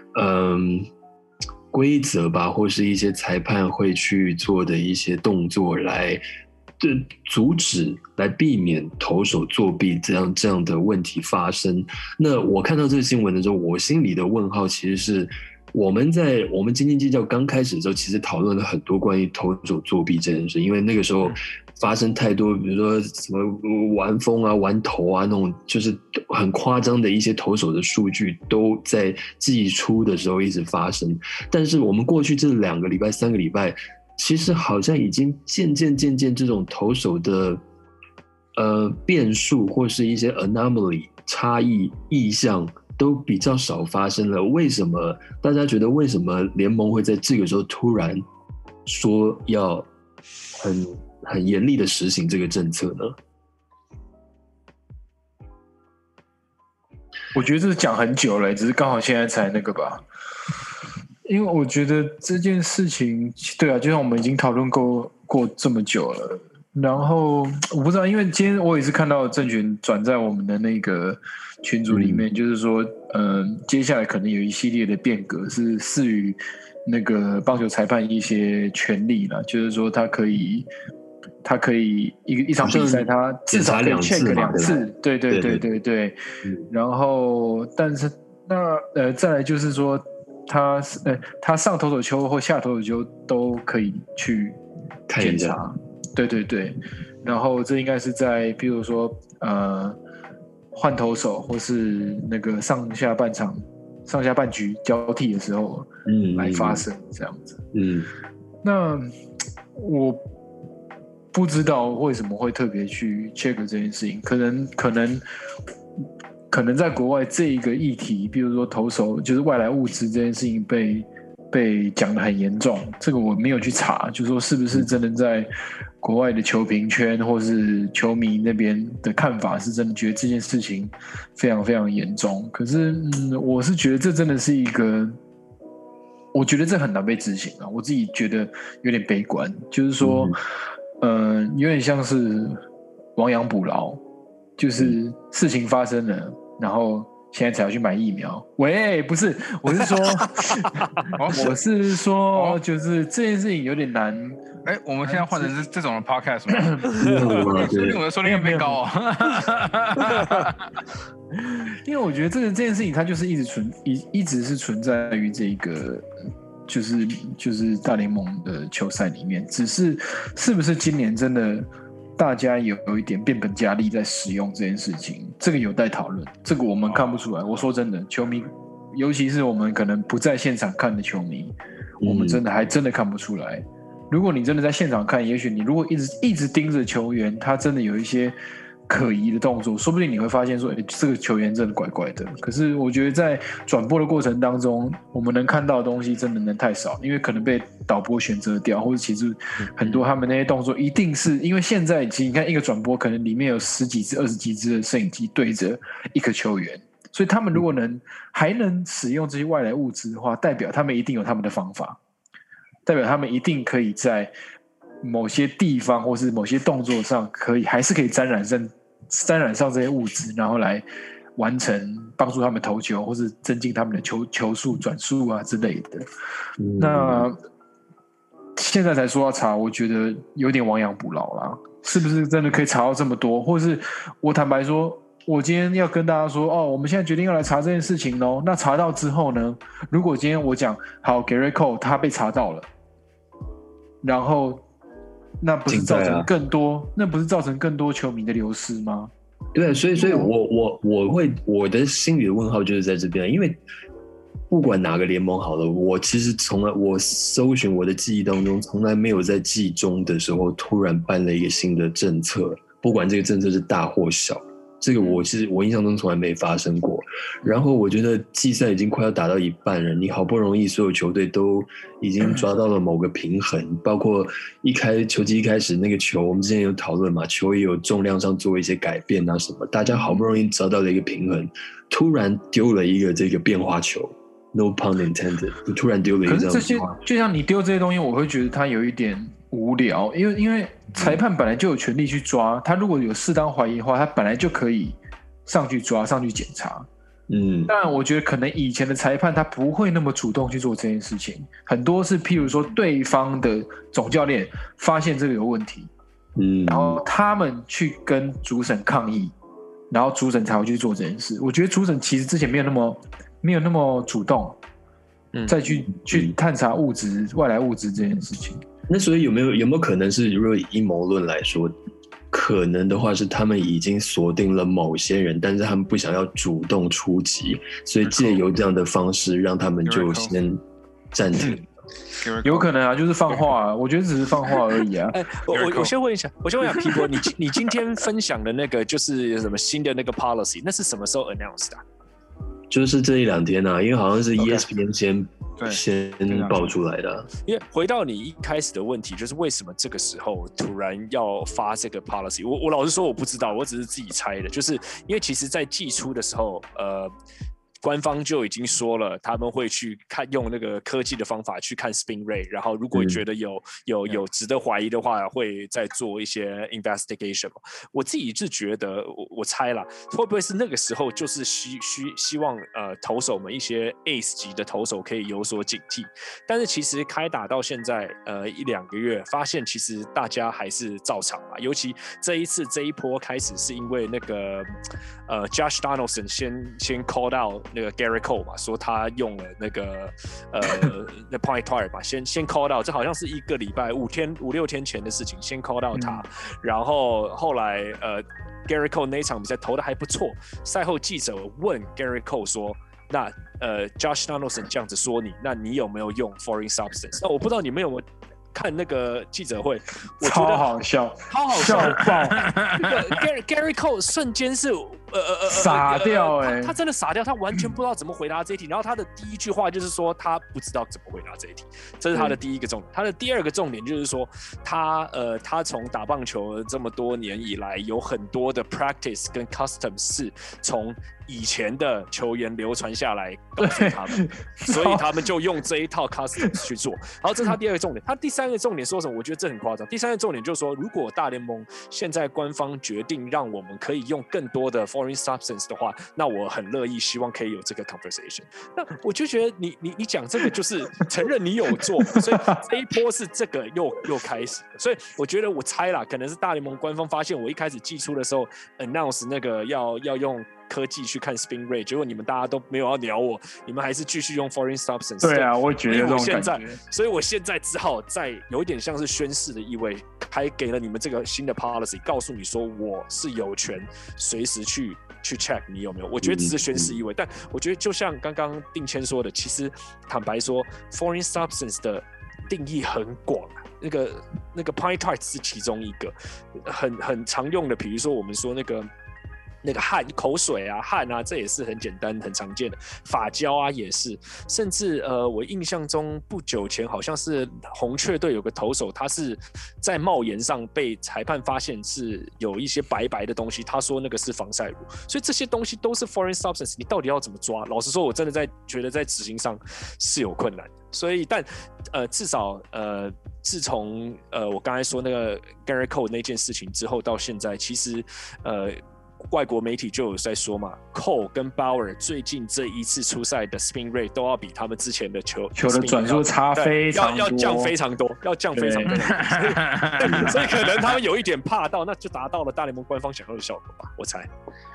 规则吧，或是一些裁判会去做的一些动作来阻止，来避免投手作弊这样的问题发生。那我看到这个新闻的时候，我心里的问号其实是我们斤斤计较刚开始的时候，其实讨论了很多关于投手作弊这件事，因为那个时候发生太多，比如说什么玩风啊、玩头啊那种，就是很夸张的一些投手的数据都在季初的时候一直发生。但是我们过去这2个礼拜、3个礼拜。其实好像已经渐渐这种投手的变数或是一些 anomaly 差异异象都比较少发生了。为什么大家觉得为什么联盟会在这个时候突然说要很严厉的实行这个政策呢？ 我觉得这是讲很久了，只是刚好现在才那个吧。因为我觉得这件事情，对啊，就像我们已经讨论过这么久了。然后我不知道，因为今天我也是看到郑权转在我们的那个群组里面，就是说，接下来可能有一系列的变革是赐予那个棒球裁判一些权利啦，就是说他可以一场比赛他至少可以 check 2次，对。然后，但是再来就是说，他上投手丘或下投手丘都可以去检查。对，然后这应该是在比如说换投手或是那个上下半局交替的时候来发生这样子。那我不知道为什么会特别去 check 这件事情，可能在国外这一个议题，比如说投手就是外来物质这件事情被讲得很严重，这个我没有去查，就是说是不是真的在国外的球评圈或是球迷那边的看法是真的觉得这件事情非常非常严重。可是我是觉得这真的是一个，我觉得这很难被执行啊，我自己觉得有点悲观，就是说有点像是亡羊补牢，就是事情发生了，然后现在才要去买疫苗。喂，不是，我是说，就是这件事情有点难。 我们现在换成是这种的 podcast 吗？因为我的收听率变高因为我觉得这件事情它就是一直是存在于这个就是大联盟的球赛里面，只是是不是今年真的大家有一点变本加厉在使用这件事情，这个有待讨论，这个我们看不出来。我说真的，球迷，尤其是我们可能不在现场看的球迷，我们还真的看不出来。如果你真的在现场看，也许你如果一直盯着球员，他真的有一些可疑的动作，说不定你会发现说，这个球员真的怪怪的。可是我觉得在转播的过程当中，我们能看到的东西真的能太少，因为可能被导播选择掉，或者其实很多他们那些动作一定是因为现在其实你看一个转播可能里面有10几支、20几支的摄影机对着一个球员，所以他们如果还能使用这些外来物质的话，代表他们一定有他们的方法，代表他们一定可以在某些地方或是某些动作上还是可以沾染上这些物质，然后来完成帮助他们投球或是增进他们的球速、转速啊之类的。那现在才说要查，我觉得有点亡羊补牢啦。是不是真的可以查到这么多？或是我坦白说，我今天要跟大家说，我们现在决定要来查这件事情咯。那查到之后呢？如果今天我讲好 Gerrit Cole 他被查到了，然后那不是造成更多，那不是造成更多球迷的流失吗？ 对，所以我的心里的问号就是在这边，因为不管哪个联盟好了，我其实我搜寻我的记忆当中，从来没有在季中的时候突然办了一个新的政策，不管这个政策是大或小。这个我印象中从来没发生过。然后我觉得季赛已经快要打到一半了，你好不容易所有球队都已经抓到了某个平衡，包括球季一开始那个球，我们之前有讨论嘛，球也有重量上做一些改变啊什么，大家好不容易找到了一个平衡，突然丢了一个这个变化球 ，no pun intended， 突然丢了一个这样的变化球。 可是就像你丢这些东西，我会觉得它有一点无聊，因为裁判本来就有权利去抓，他如果有适当怀疑的话，他本来就可以上去抓、上去检查。当然我觉得可能以前的裁判他不会那么主动去做这件事情，很多是譬如说对方的总教练发现这个有问题，然后他们去跟主审抗议，然后主审才会去做这件事。我觉得主审其实之前没有那么主动，再去探查外来物质这件事情。 那所以有没有可能是，如果以阴谋论来说，可能的话是他们已经锁定了某些人，但是他们不想要主动出击，所以借由这样的方式让他们就先暂停。 有可能啊，就是放话我觉得只是放话而已啊。 我先问一下皮博，你今天分享的那个就是什么新的那个 policy， 那是什么时候 announce 的就是这一两天啊，因为好像是 ESPN 先爆出来的。 因为回到你一开始的问题，就是为什么这个时候突然要发这个 policy？ 我老实说我不知道，我只是自己猜的。就是因为其实在季初的时候，官方就已经说了，他们会去用那个科技的方法去看 spin rate， 然后如果觉得有值得怀疑的话，会再做一些 investigation。我自己是觉得，我猜啦，会不会是那个时候就是希望投手们一些 ace 级的投手可以有所警惕。但是其实开打到现在1-2个月，发现其实大家还是照常嘛。尤其这一波开始是因为那个Josh Donaldson 先 called out 那个 Gary Cole 嘛，说他用了那个那 point guard 嘛，先 call out， 这好像是1个礼拜5-6天前的事情，先 call out 他，然后后来Gary Cole 那一场比赛投的还不错，赛后记者问 Gary Cole 说，那Josh Donaldson 这样子说你，那你有没有用 foreign substance？ 那我不知道你们有没有看那个记者会，我觉得超好笑， 超好笑爆！ 那个 Gary Cole 瞬间是傻掉他真的傻掉，他完全不知道怎么回答这一题。然后他的第一句话就是说他不知道怎么回答这一题，这是他的第一个重点。他的第二个重点就是说他从打棒球这么多年以来，有很多的 practice 跟 custom 是从以前的球员流传下来告诉他们，所以他们就用这一套 customs 去做。然后这是他第二个重点。他第三个重点说什么？我觉得这很夸张。第三个重点就是说，如果大联盟现在官方决定让我们可以用更多的 foreign substance 的话，那我很乐意，希望可以有这个 conversation。那我就觉得你讲这个就是承认你有做，所以这一波是这个又开始了。所以我觉得我猜啦，可能是大联盟官方发现我一开始寄出的时候 announce 那个要用科技去看 spin rate， 结果你们大家都没有要鸟我，你们还是继续用 foreign substance。 对啊，我觉得这种感觉。 所以我现在只好再有一点像是宣誓的意味，还给了你们这个新的 policy， 告诉你说我是有权随时去 check 你有没有。我觉得只是宣誓意味，但我觉得就像刚刚定谦说的，其实坦白说 foreign substance 的定义很广。那个 pine tar 是其中一个很常用的，比如说我们说那个汗、口水啊、汗啊，这也是很简单、很常见的。发胶啊也是，甚至我印象中不久前好像是红雀队有个投手，他是在帽檐上被裁判发现是有一些白白的东西，他说那个是防晒乳，所以这些东西都是 foreign substance， 你到底要怎么抓？老实说，我真的觉得在执行上是有困难的。所以，但至少自从我刚才说那个 Gary Cole 那件事情之后到现在，其实外国媒体就有在说嘛 ，Cole 跟 Bauer 最近这一次出赛的 spin rate 都要比他们之前的球的转速差非常多， 要降非常多，要降非常多，所以可能他们有一点怕到，那就达到了大联盟官方想要的效果吧，我猜。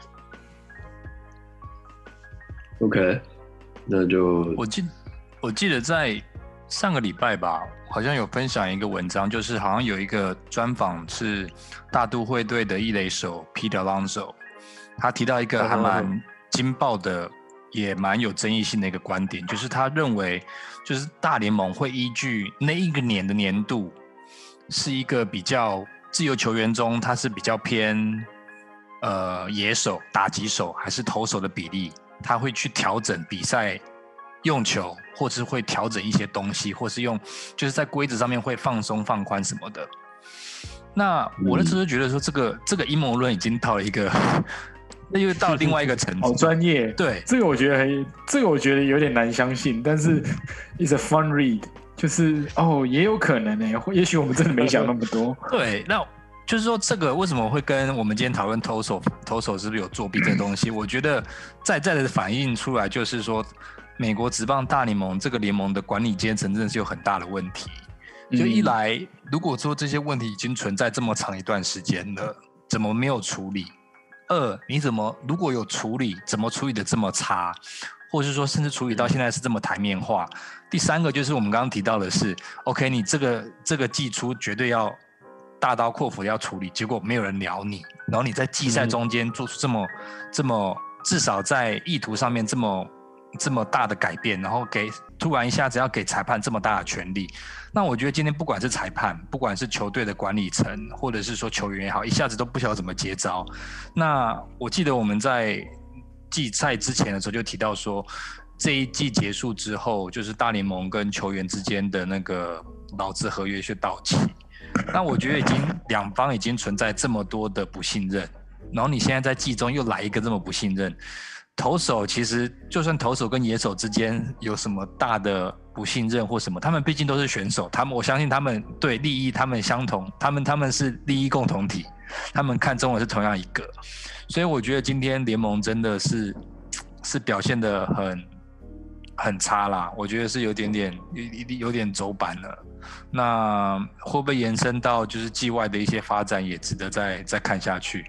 OK， 那就我记得在上个礼拜吧，好像有分享一个文章，就是好像有一个专访是大都会队的一垒手 Pete Alonso， 他提到一个还蛮劲爆的，也蛮有争议性的一个观点，就是他认为，就是大联盟会依据那一个年的年度，是一个比较自由球员中，他是比较偏野手、打击手还是投手的比例，他会去调整比赛用球，或是会调整一些东西，或是就是在规则上面会放松放宽什么的。那我那时候就觉得说，这个阴谋论已经到了一个，那又到了另外一个层次。 好专业， 对， 这个我觉得有点难相信，但是 it's a fun read， 就是也有可能也许我们真的没想那么多。 对，那就是说这个为什么会跟我们今天讨论投手是不是有作弊这个东西？我觉得在的反映出来就是说，美国职棒大联盟这个联盟的管理阶层真的是有很大的问题。就一来，如果说这些问题已经存在这么长一段时间了，怎么没有处理？二，你如果有处理，怎么处理的这么差？或是说甚至处理到现在是这么台面化？第三个就是我们刚刚提到的是 ，OK， 你这个季初绝对要大刀阔斧要处理，结果没有人鸟你，然后你在季赛中间做出这么至少在意图上面这么大的改变，然后突然一下子要给裁判这么大的权利，那我觉得今天不管是裁判，不管是球队的管理层，或者是说球员也好，一下子都不晓得怎么接招。那我记得我们在季赛之前的时候就提到说，这一季结束之后，就是大联盟跟球员之间的那个劳资合约就到期。那我觉得两方已经存在这么多的不信任，然后你现在在季中又来一个这么不信任，投手其实就算投手跟野手之间有什么大的不信任或什么，他们毕竟都是选手，我相信他们对利益他们相同，他们是利益共同体，他们看中的是同样一个，所以我觉得今天联盟真的是表现得很差啦，我觉得是有点走板了。那会不会延伸到就是季外的一些发展，也值得再看下去。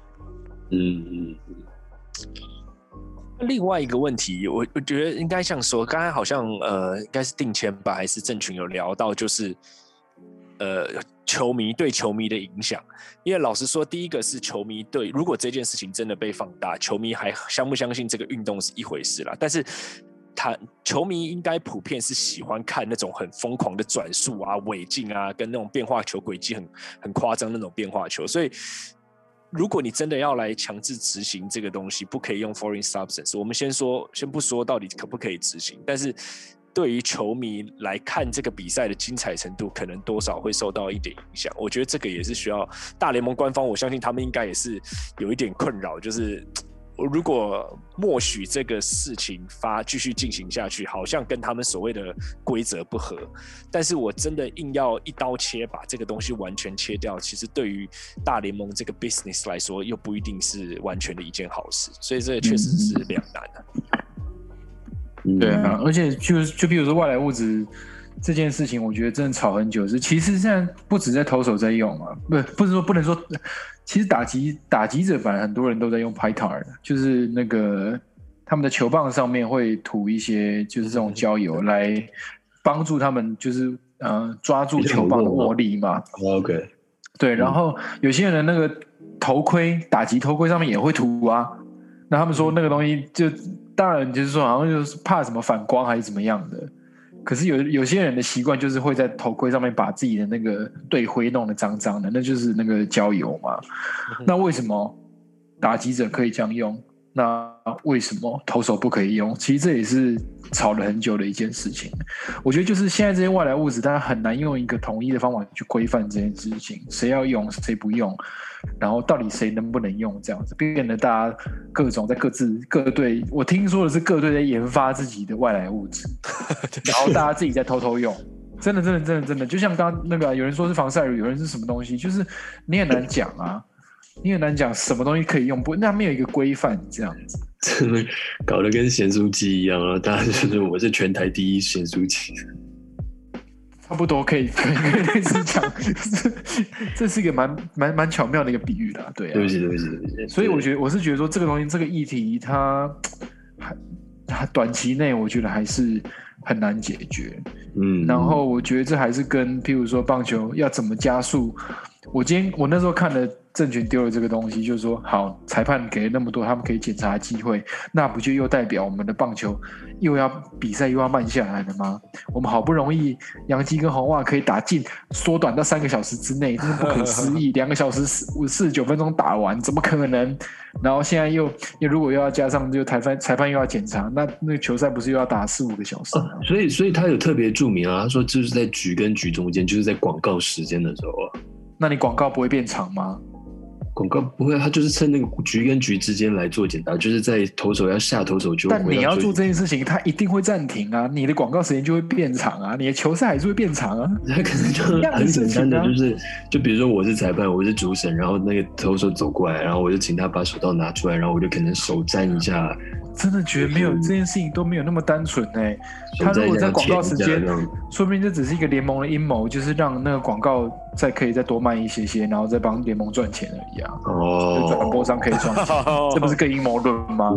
另外一个问题，我觉得应该像说，刚才好像应该是定谦吧，还是郑群有聊到，就是球迷对球迷的影响。因为老实说，第一个是球迷对，如果这件事情真的被放大，球迷还相不相信这个运动是一回事啦。但是球迷应该普遍是喜欢看那种很疯狂的转速啊、违禁啊，跟那种变化球轨迹很夸张那种变化球，所以。如果你真的要来强制执行这个东西，不可以用 foreign substance。我们先不说到底可不可以执行，但是对于球迷来看这个比赛的精彩程度，可能多少会受到一点影响。我觉得这个也是需要大联盟官方，我相信他们应该也是有一点困扰，就是如果默许这个事情继续进行下去，好像跟他们所谓的规则不合，但是我真的硬要一刀切把这个东西完全切掉，其实对于大联盟这个 business 来说，又不一定是完全的一件好事，所以这确实是两难的。 对啊，而且就比如说外来物质这件事情，我觉得真的吵很久。其实现在不止在投手在用啊，不能说。其实打击者本来很多人都在用 PyTar， 就是那个他们的球棒上面会涂一些就是这种胶油来帮助他们就是抓住球棒的握力嘛。 OK， 对，然后有些人那个打击头盔上面也会涂啊。那他们说那个东西就当然就是说好像就是怕什么反光还是怎么样的。可是有些人的习惯就是会在头盔上面把自己的那个队徽弄得脏脏的，那就是那个胶油嘛。那为什么打击者可以这样用？那为什么投手不可以用？其实这也是吵了很久的一件事情。我觉得就是现在这些外来物质，大家很难用一个统一的方法去规范这件事情，谁要用谁不用，然后到底谁能不能用，这样子变得大家各种在各队，我听说的是各队在研发自己的外来物质，然后大家自己在偷偷用。真的，就像刚刚那个有人说是防晒乳，有人是什么东西，就是你很难讲啊。你很难讲什么东西可以用，那没有一个规范这样子， 真的搞得跟咸酥鸡一样啊！大家就是我是全台第一咸酥鸡， 差不多可以类似讲，这是一个蛮巧妙的一个比喻啦，对啊。 对不起。 所以我是觉得说这个东西这个议题它短期内我觉得还是很难解决，然后我觉得这还是跟譬如说棒球要怎么加速，我那时候看了。郑权丢了这个东西，就是说，好，裁判给了那么多他们可以检查的机会，那不就又代表我们的棒球比赛又要慢下来了吗？我们好不容易洋基跟红袜可以打进，缩短到3个小时之内，真是不可思议！2个小时49分钟打完，怎么可能？然后现在又如果又要加上就裁判又要检查，那个球赛不是又要打4-5个小时吗？ 所以他有特别注明啊，他说就是在局跟局中间，就是在广告时间的时候啊。 那你广告不会变长吗？ 广告不会，他就是趁那个局跟局之间来做检查，就是在投手要下投手就会。 但你要做这件事情，他一定会暂停啊，你的广告时间就会变长啊，你的球赛还是会变长啊。 他可能就很简单的，就比如说我是裁判，我是主审，然后那个投手走过来，然后我就请他把手套拿出来，然后我就可能手沾一下。 真的觉得没有这件事情都没有那么单纯欸。他如果在广告时间，说不定这只是一个联盟的阴谋，就是让那个广告可以再多卖一些，然后再帮联盟赚钱而已啊。就转播商可以赚钱，这不是个阴谋论吗？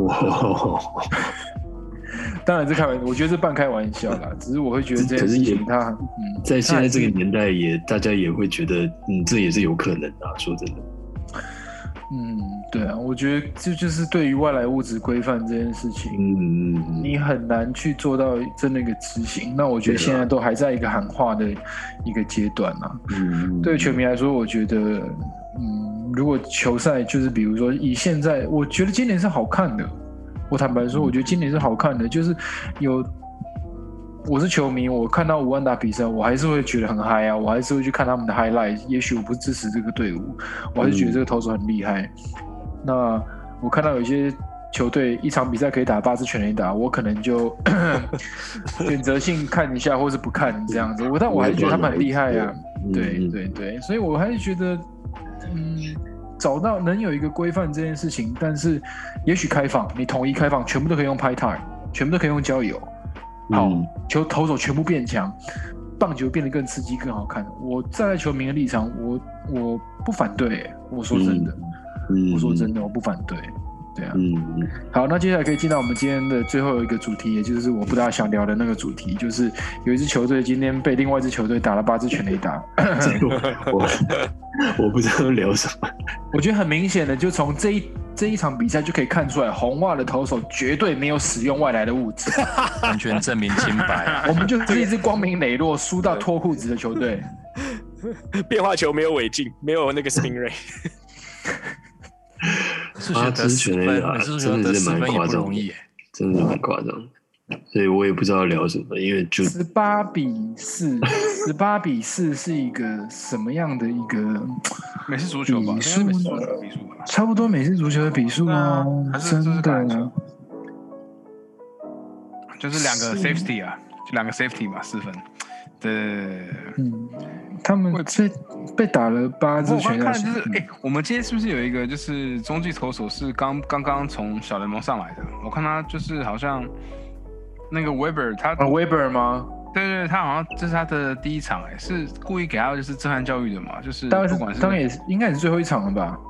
当然是开玩笑，我觉得是半开玩笑啦。只是我会觉得这件事情它， 在现在这个年代大家也会觉得，这也是有可能的啊。说真的。 对啊，我觉得这就是对于外来物质规范这件事情，你很难去做到真的一个执行。那我觉得现在都还在一个喊话的一个阶段啊。对于球迷来说，我觉得，如果球赛就是比如说以现在，我觉得今年是好看的， 我坦白说，我觉得今年是好看的，就是我是球迷，我看到吴安达比赛，我还是会觉得很嗨啊，我还是会去看他们的 highlight。也许我不支持这个队伍，我还是觉得这个投手很厉害。那我看到有些球队一场比赛可以打8支全垒打，我可能就选择性看一下，或是不看这样子。但我还是觉得他们很厉害啊。对，所以我还是觉得，找到能有一个规范这件事情，但是也许开放，你统一开放，全部都可以用拍台，全部都可以用交友。好，投手全部变强，棒球变得更刺激、更好看。我站在球迷的立场，我不反对。我说真的，我不反对。对啊，好，那接下来可以进到我们今天的最后一个主题，也就是我不大想聊的那个主题，就是有一支球队今天被另外一支球队打了8支全垒打。 我不知道聊什么。 我觉得很明显的，就从这一场比赛就可以看出来，红袜的投手绝对没有使用外来的物质， 完全证明清白。 我们就是一支光明磊落、输到脱裤子的球队。 变化球没有违禁，没有那个 spin rate。 8支全垒打真的是蛮夸张的，真的蛮夸张的。所以我也不知道聊什么，因为就18比4是一个什么样的一个美式足球吧？ 比数呢？ 差不多美式足球的比数吗？真的， 就是2个 safety 啊，就2个 safety 嘛，4分。对， 他们被打了8支全垒打。 我看就是，我们今天是不是有一个就是中继投手是刚刚从小联盟上来的？我看他就是好像。那个 Weber 他 Weber 吗？ 对，他好像这是他的第一场，是故意给他就是震撼教育的嘛？就是当然也是应该也是最后一场了吧？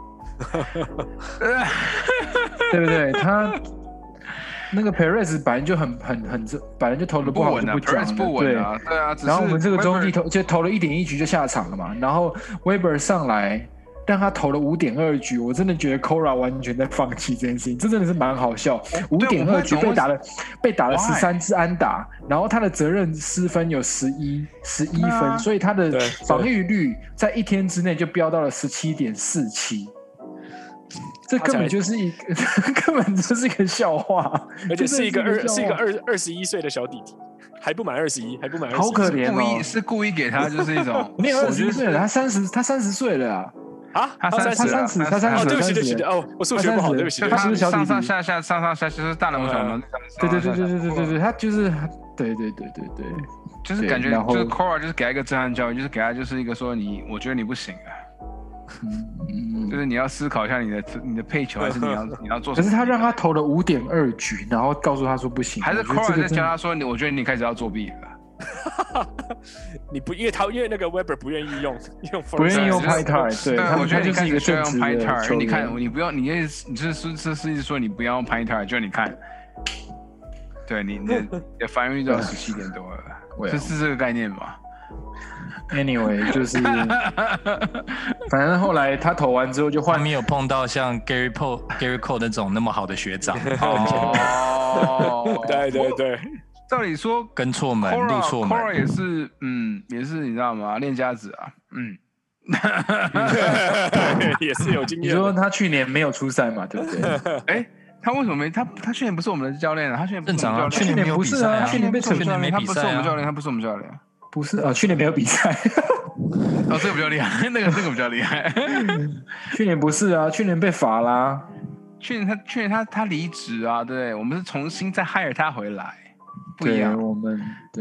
对不对？他那个 Perez 本来就本来就投的不好，就不讲了。 对啊。 然后我们这个中继就投了1.1局就下场了嘛。然后 Weber 上来。让他投了5.2局，我真的觉得 Cora 完全在放弃这件事情，这真的是蛮好笑。5.2局被打了13支安打，然后他的责任失分有11分，所以他的防御率在1天之内就飙到了17.47。这根本就是一个笑话， 而且是一个21岁的小弟弟。还不满21， 好可怜哦！ 是故意给他就是一种没有21岁了，他30岁了啊！ 他30，对不起，我数学不好，对不起。 他是小弟弟， 上下就是大联盟小联盟。 对，他就是对， 就是感觉就是 Cora 就是给他一个震撼教育，就是给他就是一个说我觉得你不行啊。就是你要思考一下你的配球，还是你要做什么？ 可是他让他投了5.2局，然后告诉他说不行， 还是 Cora 在教他说我觉得你开始要作弊了。 你不因为那个 Weber 不愿意用拍台，对， 我觉得你就是一个正直的球员。 你看你不要你是说你不要用拍台，就你看，对你的防御率到17点多了，是这个概念吧？ Anyway， 就是，反正后来他投完之后就换， 没有碰到像 Gary Cole 那种那么好的学长。 对。 照理说跟错门入错门 ，Cora 也是你知道吗？练家子啊， 也是有经验。 你说他去年没有出赛嘛，对不对？ 他为什么没他去年不是我们的教练啊？他去年正常啊， 去年没有比赛啊，去年被去年没比赛啊， 他不是我们教练， 不是啊，去年没有比赛。 这个比较厉害，那个比较厉害。 去年不是啊，去年被罚啦。 去年他离职啊，对，我们是重新再 hire 他回来。不一样， 我们对，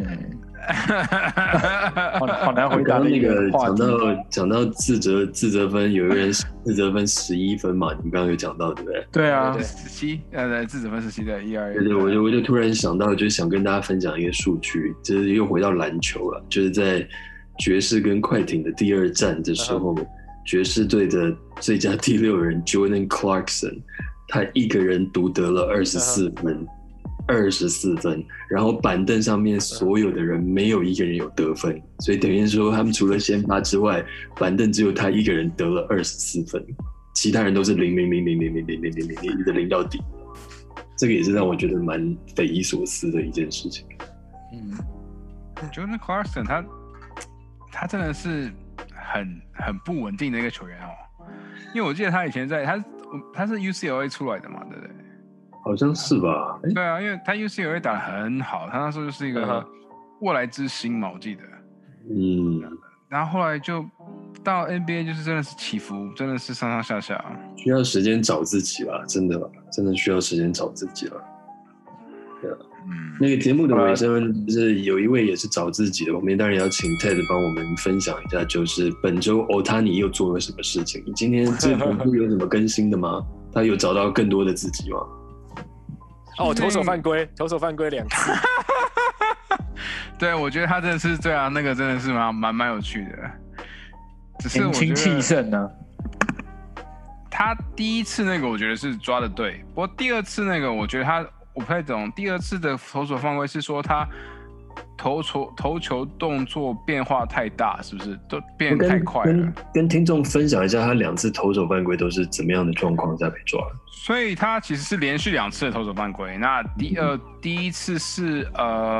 好难回答那个讲到自责分，有一个人自责分11分嘛，你们刚刚有讲到对不对？ 对啊 ，17，自责分17对122。 对，我就突然想到，就是想跟大家分享一个数据，就是又回到篮球了，就是在爵士跟快艇的第2战的时候，爵士队的最佳第6人 Jordan Clarkson， 他一个人独得了24分。24分，然后板凳上面所有的人没有一个人有得分，所以等于说他们除了先发之外，板凳只有他一个人得了24分，其他人都是0一直0到底。这个也是让我觉得蛮匪夷所思的一件事情。 Jordan Clarkson 他真的是很不稳定的一个球员哦，因为我记得他以前他是 UCLA 出来的嘛，对不对？ 好像是吧？ 对啊，因为他 UCLA 打得很好，他那时候就是一个未来之星嘛，我记得。然后后来就到 NBA 就是真的是起伏，真的是上上下下。 需要时间找自己啦，真的需要时间找自己了。对啊。那个节目的尾声，就是有一位也是找自己的，我们当然要请 Ted 帮我们分享一下，就是本周 Ohtani 又做了什么事情？今天这个节目有什么更新的吗？他有找到更多的自己吗？ 投手犯规2次。 对，我觉得他真的是对啊，那个真的是蛮有趣的。只是我觉得年轻气盛呢。 他第一次那个我觉得是抓的对，不过第二次那个我觉得我不太懂，第二次的投手犯规是说他投球动作变化太大，是不是都变太快了？ 跟听众分享一下，他2次投手犯规都是怎么样的状况下被抓的？ 所以他其实是连续2次的投手犯规。那第一次是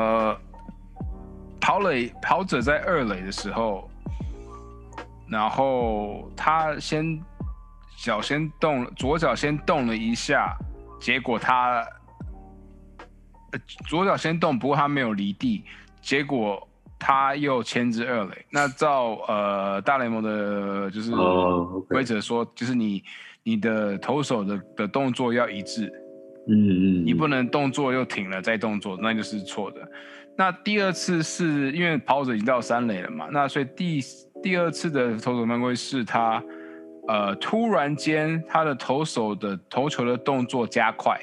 跑者在2垒的时候，然后他左脚先动了一下，结果他左脚先动，不过他没有离地，结果他又牵制2垒。那照大联盟的就是规则说，就是你的投手的动作要一致，你不能动作又停了再动作，那就是错的。那第二次是因为跑者已经到3垒了嘛，那所以第二次的投手犯规是他突然间他的投手的投球的动作加快，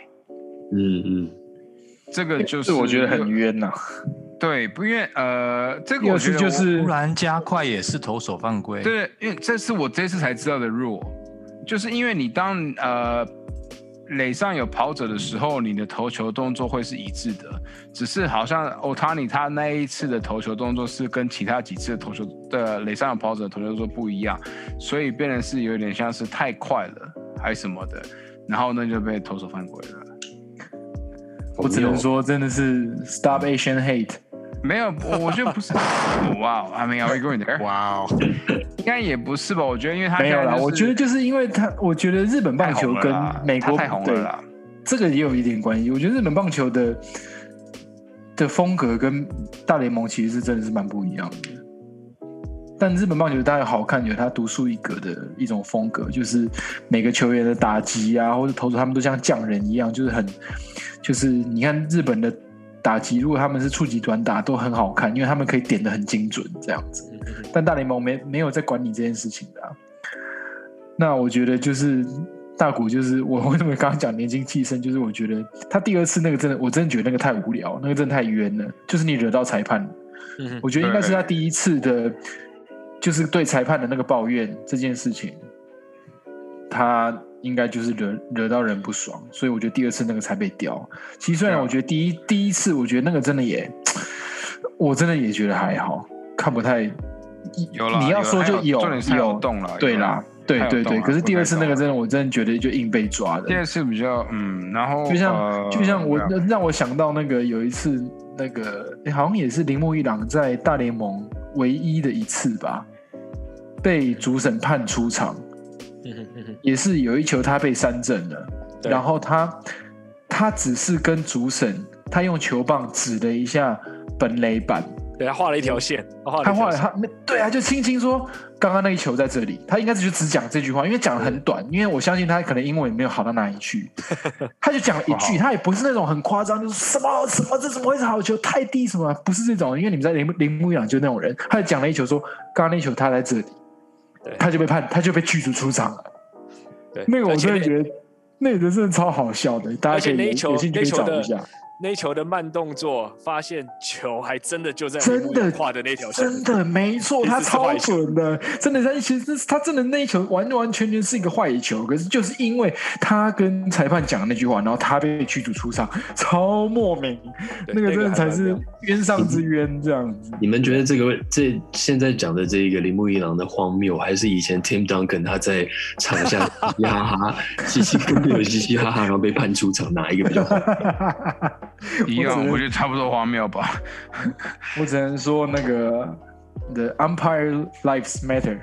这个就是我觉得很冤呐。 对，因为这个我觉得就是突然加快也是投手犯规。 对，因为这是我这次才知道的 rule， 就是因为你当垒上有跑者的时候，你的投球动作会是一致的，只是好像 Ohtani 他那一次的投球动作是跟其他几次的投球的垒上有跑者的投球动作不一样，所以变成是有点像是太快了还是什么的，然后呢就被投手犯规了。 我只能说真的是 Stop Asian Hate。 没有，我觉得不是。哇 ，I mean, are we going there? 哇哦， 应该也不是吧？我觉得因为他没有啦，我觉得就是因为我觉得日本棒球跟美国太红了啦， 这个也有一点关系。我觉得日本棒球的风格跟大联盟其实是真的是蛮不一样的。但日本棒球当然好看，有它独树一格的一种风格，就是每个球员的打击啊，或者投手，他们都像匠人一样，就是你看日本的打击，如果他们是触击短打，都很好看，因为他们可以点得很精准这样子。但大联盟没有在管你这件事情的啊。那我觉得就是大谷，就是我为什么刚刚讲年轻气盛，就是我觉得他第二次那个我真的觉得那个太无聊，那个真的太冤了，就是你惹到裁判。我觉得应该是他第一次的。就是对裁判的那个抱怨这件事情，他应该就是惹到人不爽，所以我觉得第二次那个才被吊。其实虽然我觉得第一次，我觉得那个真的我真的也觉得还好，看不太。 有啦， 你要说就有动了， 对啦，对。可是第二次那个真的，我真的觉得就硬被抓的。 第二次比较然后就像我让我想到那个有一次那个好像也是铃木一朗在大联盟唯一的一次吧。被主审判出场，也是有一球他被三振了，然后他只是跟主审，他用球棒指了一下本垒板， 对，他画了一条线， 他就轻轻说刚刚那一球在这里，他应该就只讲这句话，因为讲得很短，因为我相信他可能英文也没有好到哪里去，他就讲了一句，他也不是那种很夸张，就是什么这怎么会是好球太低什么，不是这种，因为你们在铃木一朗就是那种人，他就讲了一球说刚刚那一球他在这里。他就被驱逐出场了。那个我真的觉得，那个真的超好笑的，大家可以有兴趣可以找一下。 那一球的慢动作，发现球还真的就在画的那条线， 真的没错，他超准的，真的，其实他真的那一球完全是一个坏球，可是就是因为他跟裁判讲的那句话，然后他被驱逐出场，超莫名，那个真的才是冤上之冤这样子。 你们觉得这现在讲的这个铃木一朗的荒谬，还是以前 Tim Duncan 他在场下嘻哈哈、嘻嘻哈哈，然后被判出场，哪一个比较荒谬？ 一样，我觉得差不多荒谬吧。 我只能说那个 The Umpire Lives Matter，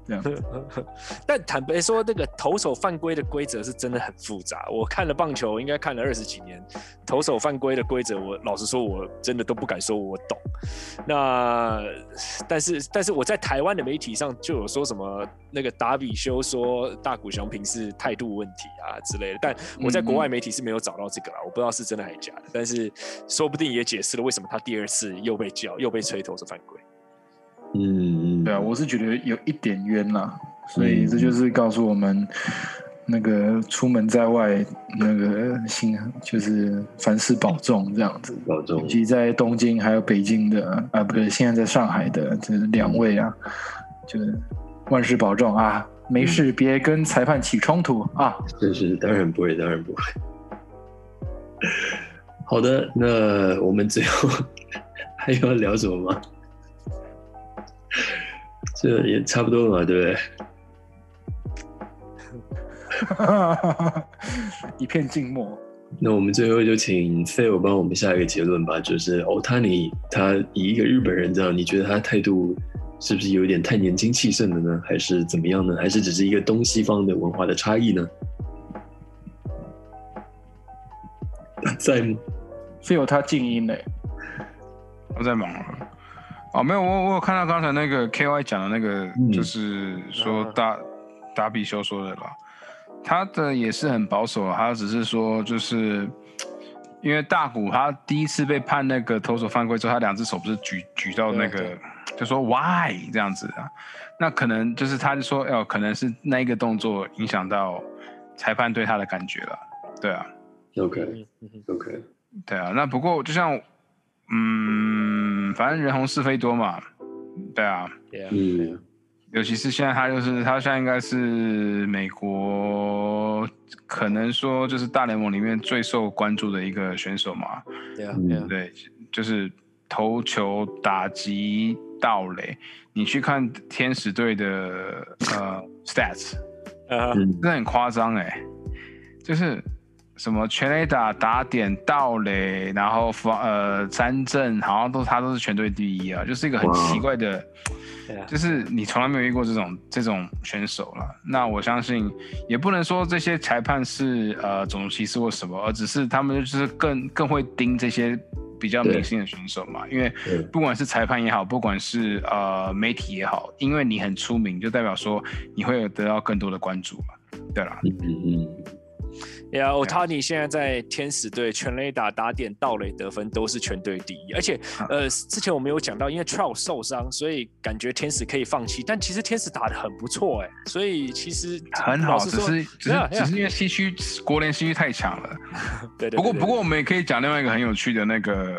这样。 但坦白说，那个投手犯规的规则是真的很复杂。我看了棒球，应该看了20几年，投手犯规的规则，我老实说，我真的都不敢说我懂。那但是我在台湾的媒体上就有说什么那个达比修说大谷翔平是态度问题啊之类的，但我在国外媒体是没有找到这个啦，我不知道是真的还是假的，但是说不定也解释了为什么他第2次又被吹投手犯规。 对啊，我是觉得有一点冤啦，所以这就是告诉我们，那个出门在外，那个就是凡事保重这样子。 保重。 尤其在东京还有北京的不对，现在在上海的这2位啊，就是万事保重啊，没事别跟裁判起冲突啊。 是，当然不会。好的，那我们最后还有要聊什么吗？这也差不多了嘛，对不对？一片静默。 那我们最后就请 Phil 帮我们下一个结论吧，就是Ohtani他以一个日本人这样，你觉得他态度是不是有点太年轻气盛了呢？还是怎么样呢？还是只是一个东西方的文化的差异呢？他在吗 ？Phil 他静音嘞， 我在忙了。哦，没有，我有看到刚才那个 KY 讲的那个，就是说达比修说的啦，他的也是很保守，他只是说就是因为大谷他第一次被判那个投手犯规之后，他2只手不是举到那个，就说 why 这样子啊，那可能就是他就说可能是那一个动作影响到裁判对他的感觉了，对啊 ，OK， 对啊，那不过就像。反正人红是非多嘛，对啊，尤其是现在他现在应该是美国，可能说就是大联盟里面最受关注的一个选手嘛，对，就是投球、打击、盗垒，你去看天使队的stats， 真的很夸张就是。什么全垒打、打点、盗垒，然后三振，好像他都是全队第一啊，就是一个很奇怪的，就是你从来没有遇过这种选手了。那我相信也不能说这些裁判是种族歧视或什么，而只是他们就是更会盯这些比较明星的选手嘛。因为不管是裁判也好，不管是媒体也好，因为你很出名，就代表说你会得到更多的关注嘛。对啦。 Ohtani 现在在天使队全垒打、打点、盗垒得分都是全队第一，而且之前我们有讲到，因为 Trout 受伤，所以感觉天使可以放弃，但其实天使打得很不错所以其实很好，只是因为西区国联西区太强了。对。不过我们也可以讲另外一个很有趣的那个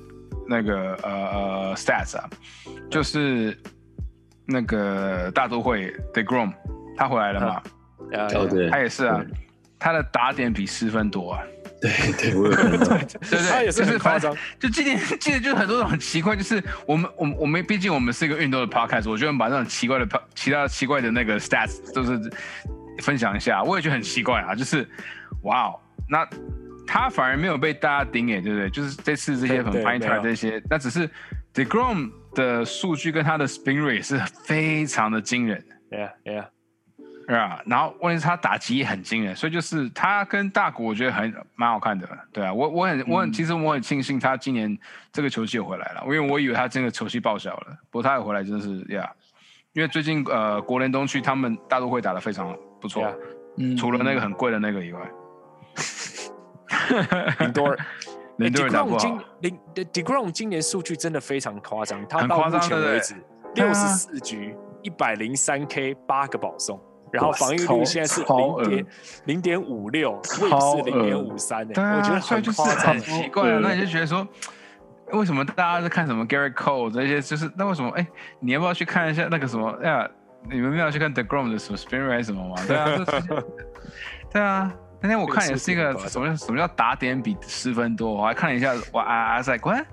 stats 啊，就是那个大都会 DeGrom 他回来了嘛？ 对， 他也是啊。他的打点比失分多啊！ 对，我有看到， 对， 他也是很夸张。 就今年就是很多种很奇怪，就是我们毕竟我们是一个运动的 podcast， 我觉得我们把那种其他奇怪的那个 stats 都是分享一下，我也觉得很奇怪啊，就是哇哦，那他反而没有被大家盯对不对？就是这次这些很 Pine 这些，那只是 DeGrom 的数据跟他的 spin rate 是非常的惊人。 Yeah。 然后问题是他打击也很惊人，所以就是他跟大谷我觉得蛮好看的，对啊，其实我很庆幸他今年这个球季有回来了，因为我以为他这个球季报销了，不过他有回来真的是因为最近国联东区他们大都会打得非常不错，除了那个很贵的那个以外，林多尔打不好。 DeGrom 今年数据真的非常夸张，他到目前为止64局103K 8个保送。然后防御率现在是0.56，位是0.53 我觉得很夸张， 很奇怪那你就觉得说，为什么大家在看什么 Garrett Cole 这些？就是那为什么？你要不要去看一下那个什么？你们没有去看 DeGrom 的什么 spin rate 什么吗？对啊，对啊。那天我看也是一个什么叫打点比失分多，我还看了一下，哇塞，关，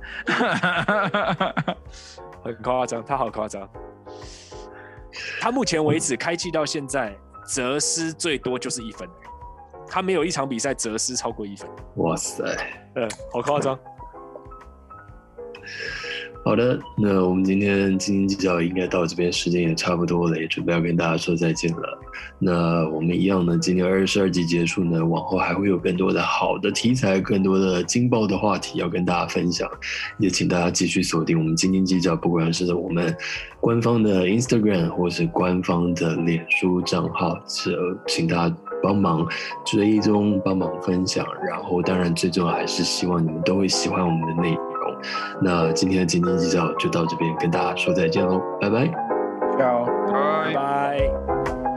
很夸张，他好夸张。他目前为止开季到现在责失最多就是1分，他没有一场比赛责失超过1分。 哇塞， 好夸张。 好的，那我们今天斤斤计较应该到这边时间也差不多了，也准备要跟大家说再见了。那我们一样呢，今天22集结束呢，往后还会有更多的好的题材，更多的劲爆的话题要跟大家分享，也请大家继续锁定我们斤斤计较，不管是我们官方的 Instagram 或是官方的脸书账号，请大家帮忙追踪、帮忙分享，然后当然最重要还是希望你们都会喜欢我们的内容。那今天的斤斤计较就到这边，跟大家说再见喽，拜拜。 好， 拜拜。